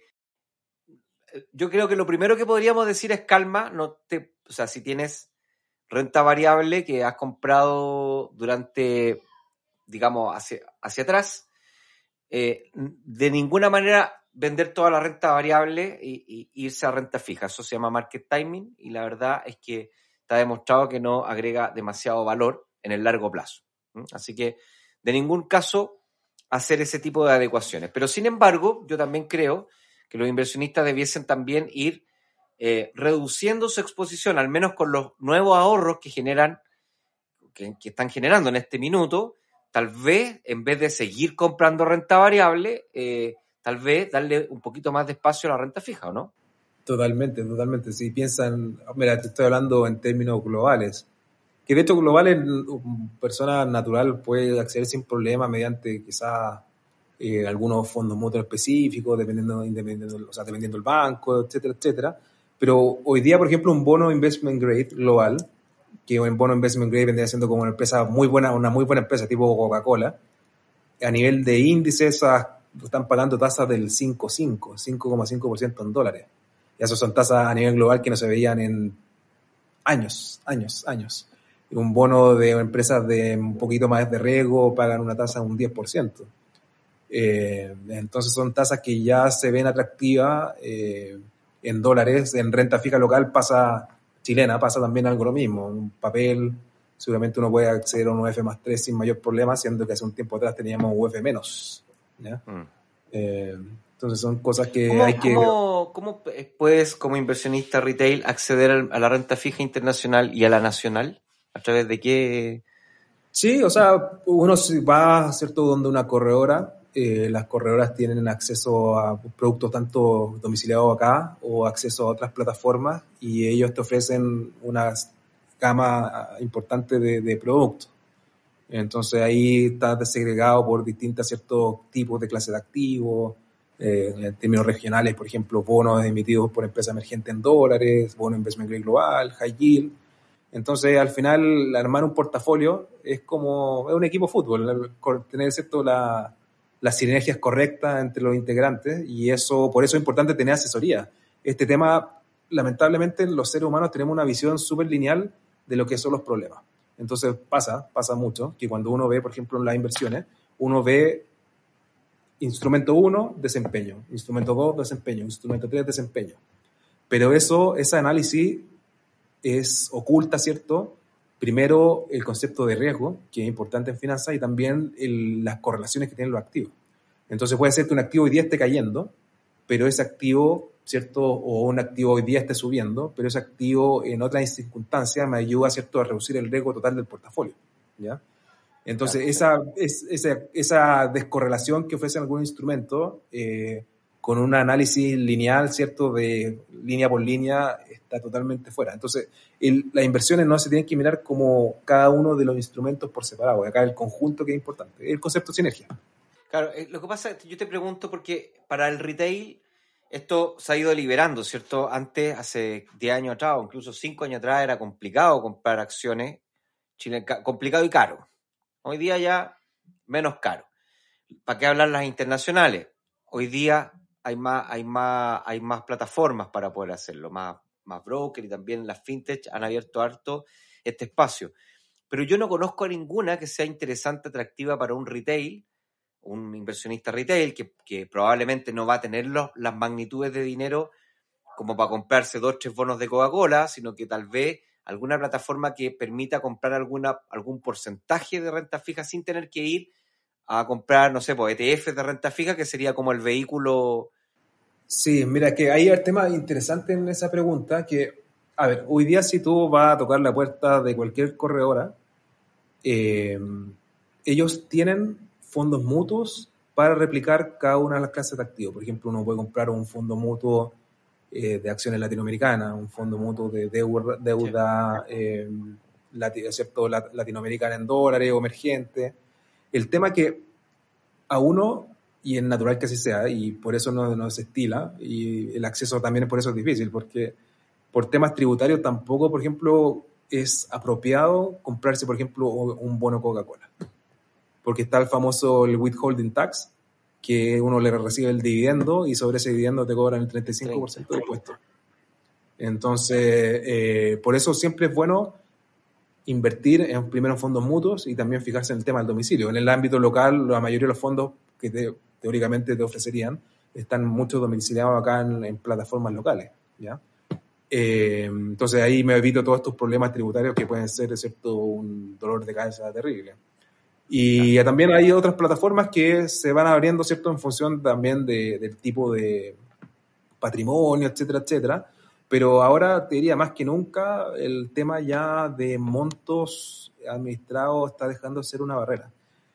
yo creo que lo primero que podríamos decir es calma, no te, o sea, si tienes renta variable que has comprado durante, digamos, hacia, hacia atrás, eh, de ninguna manera vender toda la renta variable y, y irse a renta fija. Eso se llama market timing, y la verdad es que está demostrado que no agrega demasiado valor en el largo plazo. ¿Mm? Así que de ningún caso hacer ese tipo de adecuaciones. Pero sin embargo, yo también creo que los inversionistas debiesen también ir eh, reduciendo su exposición, al menos con los nuevos ahorros que generan, que, que están generando en este minuto. Tal vez, en vez de seguir comprando renta variable, eh, tal vez darle un poquito más de espacio a la renta fija, ¿o no? Totalmente, totalmente. Si piensan, mira, te estoy hablando en términos globales, que de hecho globales, una persona natural puede acceder sin problema mediante quizás eh, algunos fondos mutuos específicos, dependiendo, dependiendo, o sea, dependiendo del banco, etcétera, etcétera. Pero hoy día, por ejemplo, un bono investment grade global, que un bono investment grade vendría siendo como una empresa muy buena, una muy buena empresa tipo Coca-Cola, a nivel de índices están pagando tasas del cinco coma cinco, cinco coma cinco por ciento en dólares. Y esas son tasas a nivel global que no se veían en años, años, años. Un bono de empresas de un poquito más de riesgo pagan una tasa de un diez por ciento. Eh, entonces son tasas que ya se ven atractivas eh, en dólares. En renta fija local pasa, chilena, pasa también algo lo mismo. Un papel, seguramente uno puede acceder a un U F más tres sin mayor problema, siendo que hace un tiempo atrás teníamos U F menos. ¿Ya? Mm. Eh, entonces son cosas que ¿Cómo, hay que... ¿cómo, ¿Cómo puedes, como inversionista retail, acceder a la renta fija internacional y a la nacional? ¿A través de qué? Sí, o sea, uno va, ¿cierto?, donde una corredora, eh, las corredoras tienen acceso a productos tanto domiciliados acá o acceso a otras plataformas, y ellos te ofrecen una gama importante de, de productos. Entonces ahí está desegregado por distintos ciertos tipos de clases de activos, eh, en términos regionales, por ejemplo, bonos emitidos por empresas emergentes en dólares, bono investment grade global, high yield. Entonces, al final, armar un portafolio es como es un equipo de fútbol, tener, ¿cierto?, la, las sinergias correctas entre los integrantes, y eso, por eso es importante tener asesoría. Este tema, lamentablemente, los seres humanos tenemos una visión súper lineal de lo que son los problemas. Entonces pasa, pasa mucho, que cuando uno ve, por ejemplo, en las inversiones, uno ve instrumento uno, desempeño, instrumento dos, desempeño, instrumento tres, desempeño. Pero eso, ese análisis es oculta, ¿cierto? Primero, el concepto de riesgo, que es importante en finanzas, y también el, las correlaciones que tienen los activos. Entonces puede ser que un activo hoy día esté cayendo, pero ese activo, ¿cierto?, o un activo hoy día esté subiendo, pero ese activo en otras circunstancias me ayuda, ¿cierto?, a reducir el riesgo total del portafolio, ¿ya? Entonces, Claro. esa, es, esa, esa descorrelación que ofrecen algunos instrumentos, eh, con un análisis lineal, ¿cierto?, de línea por línea, está totalmente fuera. Entonces, el, las inversiones no se tienen que mirar como cada uno de los instrumentos por separado. Acá el conjunto que es importante, el concepto de sinergia. Claro, eh, lo que pasa es que yo te pregunto porque para el retail esto se ha ido liberando, ¿cierto? Antes, hace diez años atrás o incluso cinco años atrás, era complicado comprar acciones, Chile, ca- complicado y caro. Hoy día ya menos caro. ¿Para qué hablar las internacionales? Hoy día hay más, hay más, hay más plataformas para poder hacerlo, más, más broker, y también las fintech han abierto harto este espacio. Pero yo no conozco a ninguna que sea interesante, atractiva para un retail, un inversionista retail que, que probablemente no va a tener los, las magnitudes de dinero como para comprarse dos, tres bonos de Coca-Cola, sino que tal vez alguna plataforma que permita comprar alguna, algún porcentaje de renta fija sin tener que ir a comprar, no sé, pues E T Fs de renta fija, que sería como el vehículo. Sí, mira, que hay el tema interesante en esa pregunta, que, a ver, hoy día si tú vas a tocar la puerta de cualquier corredora, eh, ellos tienen fondos mutuos para replicar cada una de las clases de activos. Por ejemplo, uno puede comprar un fondo mutuo eh, de acciones latinoamericanas, un fondo mutuo de deuda, deuda eh, lati- ¿cierto? Lat- latinoamericana en dólares o emergente. El tema que a uno, y es natural que así sea, y por eso no, no se estila, y el acceso también por eso es difícil, porque por temas tributarios tampoco, por ejemplo, es apropiado comprarse, por ejemplo, un bono Coca-Cola. Porque está el famoso el withholding tax, que uno le recibe el dividendo y sobre ese dividendo te cobran el treinta y cinco por ciento de impuestos. Entonces, eh, por eso siempre es bueno invertir en primero en fondos mutuos y también fijarse en el tema del domicilio. En el ámbito local, la mayoría de los fondos que te, teóricamente te ofrecerían están muchos domiciliados acá en, en plataformas locales, ¿ya? Eh, entonces ahí me evito todos estos problemas tributarios que pueden ser, excepto un dolor de cabeza terrible. Y claro, también hay otras plataformas que se van abriendo, ¿cierto?, en función también de, del tipo de patrimonio, etcétera, etcétera. Pero ahora te diría más que nunca el tema ya de montos administrados está dejando de ser una barrera.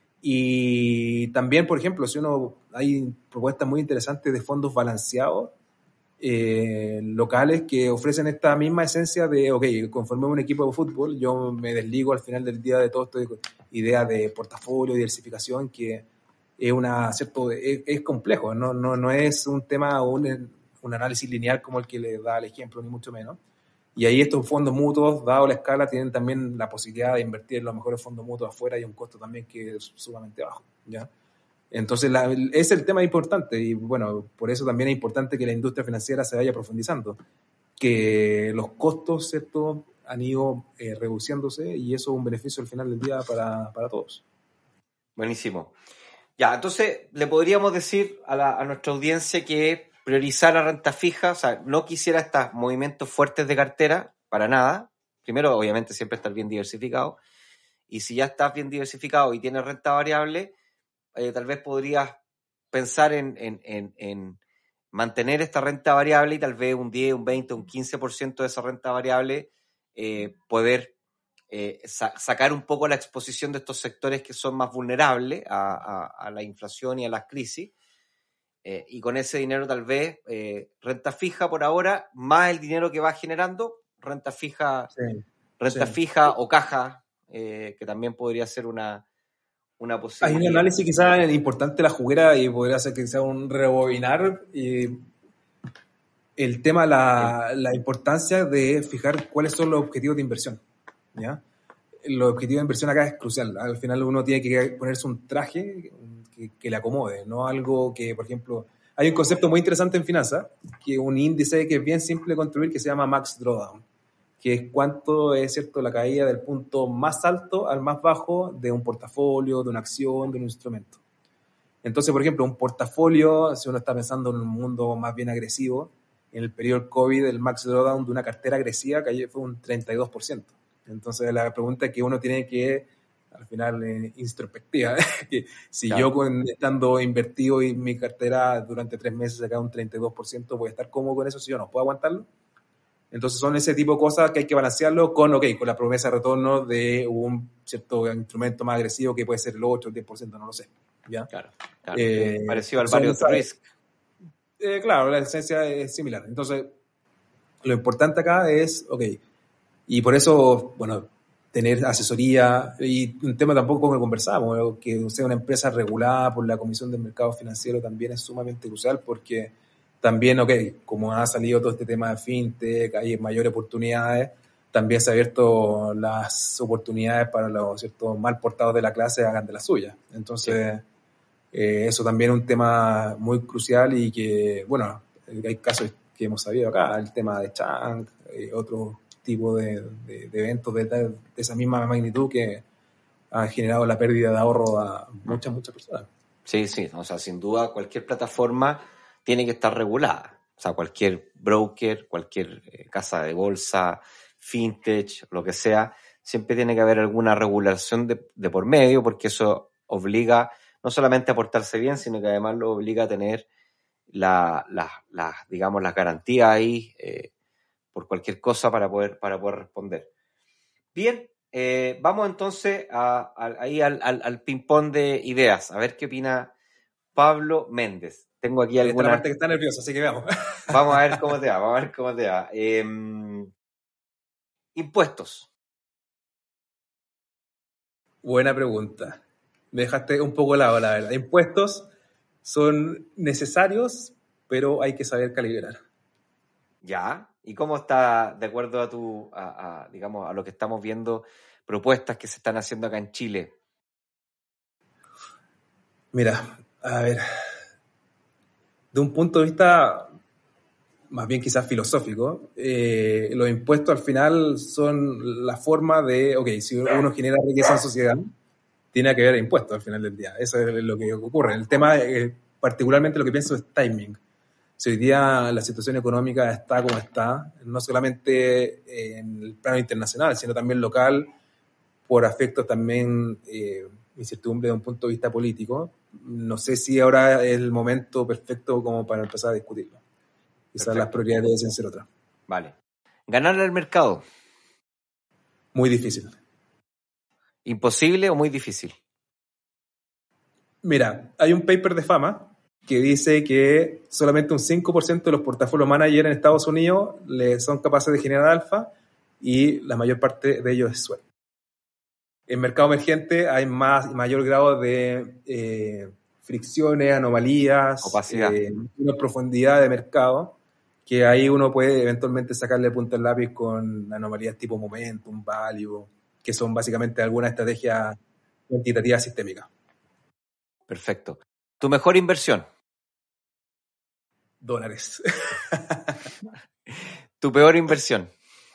Y también, por ejemplo, si uno hay propuestas muy interesantes de fondos balanceados eh, locales que ofrecen esta misma esencia de, ok, conforme un equipo de fútbol, yo me desligo al final del día de todo esto de idea de portafolio, diversificación, que es una, cierto, es, es complejo, no, no, no es un tema, un, un análisis lineal como el que le da el ejemplo, ni mucho menos. Y ahí estos fondos mutuos, dado la escala, tienen también la posibilidad de invertir en los mejores fondos mutuos afuera y un costo también que es sumamente bajo, ¿ya? Entonces, la, es el tema importante y, bueno, por eso también es importante que la industria financiera se vaya profundizando, que los costos, ¿cierto?, han ido eh, reduciéndose y eso es un beneficio al final del día para, para todos. Buenísimo. Ya, entonces le podríamos decir a, la, a nuestra audiencia que priorizar la renta fija, o sea, no quisiera estos movimientos fuertes de cartera, para nada. Primero, obviamente, siempre estar bien diversificado. Y si ya estás bien diversificado y tienes renta variable, eh, tal vez podrías pensar en, en, en, en mantener esta renta variable y tal vez un diez, un veinte, un quince por ciento de esa renta variable eh, poder eh, sa- sacar un poco la exposición de estos sectores que son más vulnerables a, a, a la inflación y a las crisis. Eh, y con ese dinero tal vez eh, renta fija por ahora, más el dinero que va generando, renta fija, Sí, renta sí. fija o caja, eh, que también podría ser una, una Hay un posibilidad. análisis quizás importante la juguera y podría ser que sea un rebobinar y el tema, la, la importancia de fijar cuáles son los objetivos de inversión, ¿ya? Los objetivos de inversión acá es crucial. Al final uno tiene que ponerse un traje que, que le acomode, no algo que, por ejemplo, hay un concepto muy interesante en finanzas, que es un índice que es bien simple de construir que se llama Max Drawdown, que es cuánto es, cierto, la caída del punto más alto al más bajo de un portafolio, de una acción, de un instrumento. Entonces, por ejemplo, un portafolio, si uno está pensando en un mundo más bien agresivo, en el periodo COVID, el max drawdown de una cartera agresiva cayó, fue un treinta y dos por ciento. Entonces, la pregunta que uno tiene que, al final, eh, introspectiva, que si Claro. yo con, estando invertido en mi cartera durante tres meses acá un treinta y dos por ciento, ¿voy a estar cómodo con eso si yo no puedo aguantarlo? Entonces son ese tipo de cosas que hay que balancearlo con, ok, con la promesa de retorno de un cierto instrumento más agresivo que puede ser el ocho o el diez por ciento, no lo sé. ¿Ya? Claro, claro. Eh, Parecido al son value esas- at risk. eh, claro, la esencia es similar. Entonces, lo importante acá es, ok, y por eso, bueno, tener asesoría, y un tema tampoco que conversamos, que sea una empresa regulada por la Comisión del Mercado Financiero también es sumamente crucial, porque también, ok, como ha salido todo este tema de fintech, hay mayores oportunidades, también se han abierto las oportunidades para los ciertos mal portados de la clase hagan de las suyas. Entonces, sí. eh, eso también es un tema muy crucial y que, bueno, hay casos que hemos sabido acá, el tema de Chang, eh, otro tipo de, de, de eventos de, de esa misma magnitud que han generado la pérdida de ahorro a muchas, muchas personas. Sí, sí, o sea, sin duda cualquier plataforma tiene que estar regulada. O sea, cualquier broker, cualquier eh, casa de bolsa, fintech, lo que sea, siempre tiene que haber alguna regulación de, de por medio, porque eso obliga no solamente a portarse bien, sino que además lo obliga a tener la, la, la, digamos, las garantías ahí eh, por cualquier cosa para poder, para poder responder. Bien, eh, vamos entonces a, a, ahí al, al, al ping-pong de ideas, a ver qué opina Pablo Méndez. Tengo aquí Ahí alguna... está la parte que está nerviosa, así que veamos. Vamos a ver cómo te va, vamos a ver cómo te va. Eh, impuestos. Buena pregunta. Me dejaste un poco lado, la verdad. Impuestos son necesarios, pero hay que saber calibrar. Ya. ¿Y cómo está, de acuerdo a tu, a, a, digamos, a lo que estamos viendo, propuestas que se están haciendo acá en Chile? Mira, a ver, de un punto de vista más bien quizás filosófico, eh, los impuestos al final son la forma de, ok, si uno genera riqueza en sociedad, tiene que haber impuestos al final del día. Eso es lo que ocurre. El tema, eh, particularmente lo que pienso es timing. Si hoy día la situación económica está como está, no solamente en el plano internacional, sino también local, por afectos también, eh, incertidumbre de un punto de vista político, no sé si ahora es el momento perfecto como para empezar a discutirlo. Quizás las prioridades deben ser otras. Vale. ¿Ganarle al mercado? Muy difícil. ¿Imposible o muy difícil? Mira, hay un paper de fama que dice que solamente un cinco por ciento de los portafolio managers en Estados Unidos le son capaces de generar alfa y la mayor parte de ellos es suerte. En mercado emergente hay más mayor grado de eh, fricciones, anomalías, opacidad, eh, una profundidad de mercado que ahí uno puede eventualmente sacarle punta al lápiz con anomalías tipo momentum, value, que son básicamente algunas estrategias cuantitativas sistémicas. Perfecto. ¿Tu mejor inversión? Dólares. ¿Tu peor inversión?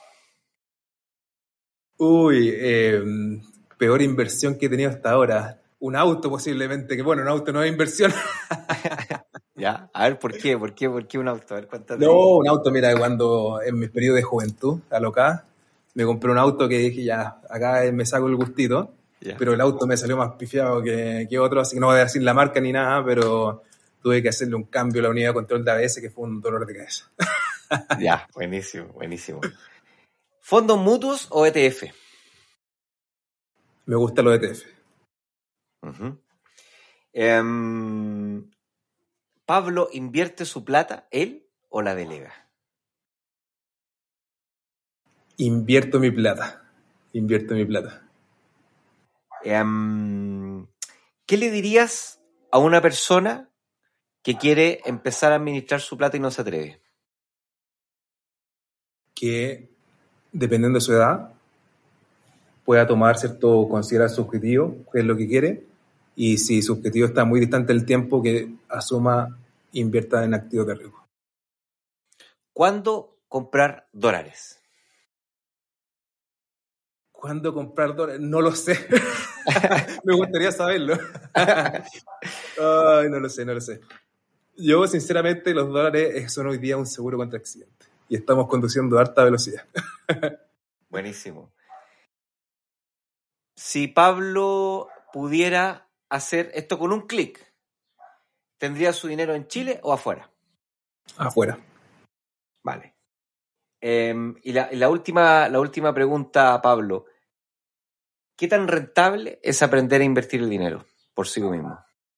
Uy, eh, peor inversión que he tenido hasta ahora. Un auto posiblemente, que bueno, un auto no es inversión. Ya, a ver, ¿por qué? ¿Por qué? ¿Por qué un auto? A ver, cuéntate. No, un auto, mira, cuando en mi periodo de juventud, alocada, me compré un auto que dije, ya, acá me saco el gustito, yeah. Pero el auto me salió más pifiado que, que otro, así que no voy a decir la marca ni nada, pero tuve que hacerle un cambio a la unidad de control de A B S que fue un dolor de cabeza. Ya, buenísimo, buenísimo. ¿Fondos mutuos o E T F? Me gusta los E T F. Uh-huh. Um, ¿Pablo invierte su plata, él o la delega? Invierto mi plata. Invierto mi plata. Um, ¿Qué le dirías a una persona que quiere empezar a administrar su plata y no se atreve? Que, dependiendo de su edad, pueda tomar cierto, considerar su objetivo, qué es lo que quiere, y si su objetivo está muy distante del tiempo, que asuma, invierta en activos de riesgo. ¿Cuándo comprar dólares? ¿Cuándo comprar dólares? No lo sé. Me gustaría saberlo. Ay, no lo sé, no lo sé. Yo, sinceramente, los dólares son hoy día un seguro contra accidentes. Y estamos conduciendo a alta velocidad. Buenísimo. Si Pablo pudiera hacer esto con un clic, ¿tendría su dinero en Chile o afuera? Afuera. Vale. Eh, y la, y la, última, la última pregunta, Pablo. ¿Qué tan rentable es aprender a invertir el dinero por sí mismo?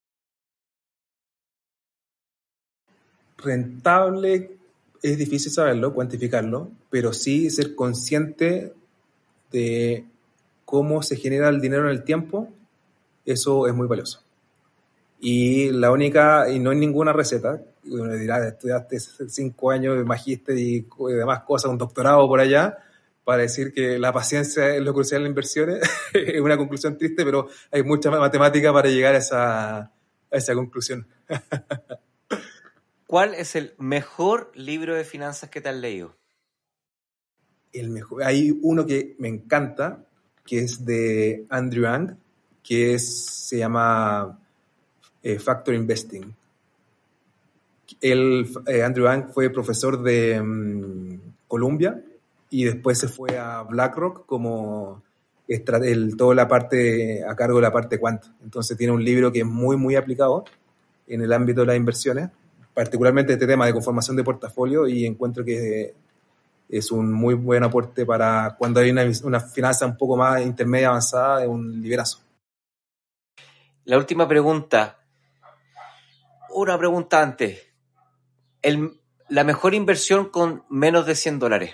Rentable es difícil saberlo, cuantificarlo, pero sí ser consciente de cómo se genera el dinero en el tiempo, eso es muy valioso. Y la única, y no hay ninguna receta, uno dirá, estudiaste cinco años de magíster y demás cosas, un doctorado por allá, para decir que la paciencia es lo crucial en las inversiones. Es una conclusión triste, pero hay mucha matemática para llegar a esa, a esa conclusión. ¿Cuál es el mejor libro de finanzas que te has leído? El mejor, hay uno que me encanta, que es de Andrew Yang, que es, se llama eh, Factor Investing. El, eh, Andrew Yang fue profesor de um, Columbia y después se fue a BlackRock como el, toda la parte, a cargo de la parte quant. Entonces tiene un libro que es muy, muy aplicado en el ámbito de las inversiones, particularmente este tema de conformación de portafolio, y encuentro que es un muy buen aporte para cuando hay una, una finanza un poco más intermedia avanzada, es un librazo. La última pregunta, una pregunta antes. El, la mejor inversión con menos de cien dólares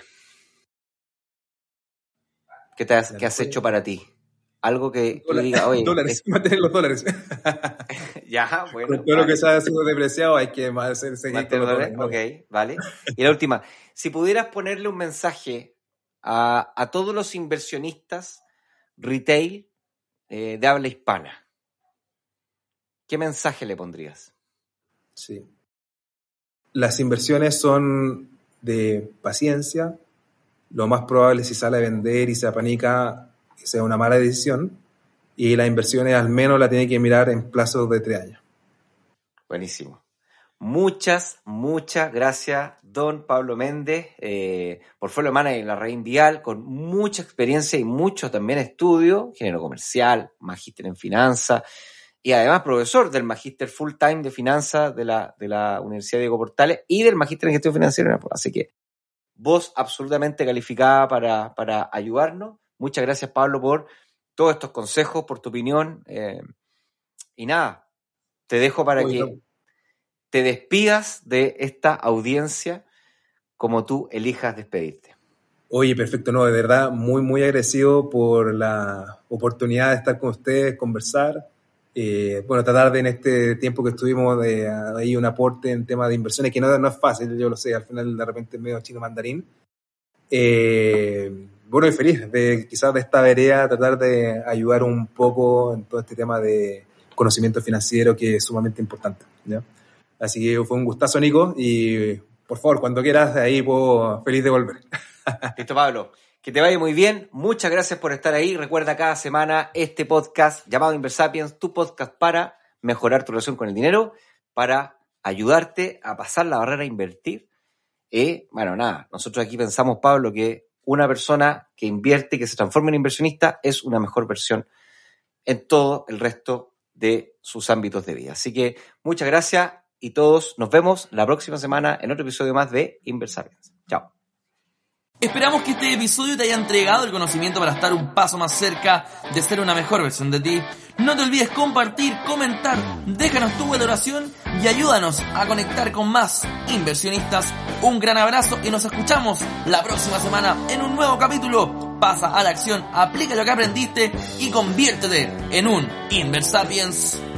que, te has, que has hecho para ti. Algo que tú digas, oye... Dólares, es... mantener los dólares. Ya, bueno. Con todo vale. Lo que se ha sido depreciado hay que hacer, seguir con los dólares. ¿No? Ok, vale. Y la última, si pudieras ponerle un mensaje a, a todos los inversionistas retail eh, de habla hispana, ¿qué mensaje le pondrías? Sí. Las inversiones son de paciencia. Lo más probable es si sale a vender y se apanica, que sea una mala decisión. Y las inversiones al menos la tiene que mirar en plazos de tres años. Buenísimo. Muchas, muchas gracias, don Pablo Méndez, eh, portfolio manager en la red Invial, con mucha experiencia y mucho también estudio, ingeniero comercial, magíster en finanzas, y además profesor del magíster full time de finanzas de la, de la Universidad Diego Portales y del magíster en gestión financiera. Así que voz absolutamente calificada para, para ayudarnos. Muchas gracias, Pablo, por todos estos consejos, por tu opinión. Eh, y nada, te dejo para Oye, que no. te despidas de esta audiencia como tú elijas despedirte. Oye, perfecto, no, de verdad, muy, muy agradecido por la oportunidad de estar con ustedes, conversar. Eh, bueno, tratar de en este tiempo que estuvimos de ahí un aporte en temas de inversiones, que no, no es fácil, yo lo sé, al final de repente es medio chino mandarín. Eh, bueno, y feliz de quizás de esta vereda tratar de ayudar un poco en todo este tema de conocimiento financiero que es sumamente importante, ¿ya? Así que fue un gustazo, Nico, y por favor, cuando quieras, de ahí puedo feliz de volver. Listo, Pablo. Que te vaya muy bien. Muchas gracias por estar ahí. Recuerda cada semana este podcast llamado Inversapiens, tu podcast para mejorar tu relación con el dinero, para ayudarte a pasar la barrera a invertir. Y, bueno, nada, nosotros aquí pensamos, Pablo, que una persona que invierte y que se transforma en inversionista es una mejor versión en todo el resto de sus ámbitos de vida. Así que muchas gracias y todos nos vemos la próxima semana en otro episodio más de Inversapiens. Chao. Esperamos que este episodio te haya entregado el conocimiento para estar un paso más cerca de ser una mejor versión de ti. No te olvides compartir, comentar, déjanos tu valoración y ayúdanos a conectar con más inversionistas. Un gran abrazo y nos escuchamos la próxima semana en un nuevo capítulo. Pasa a la acción, aplica lo que aprendiste y conviértete en un Inversapiens.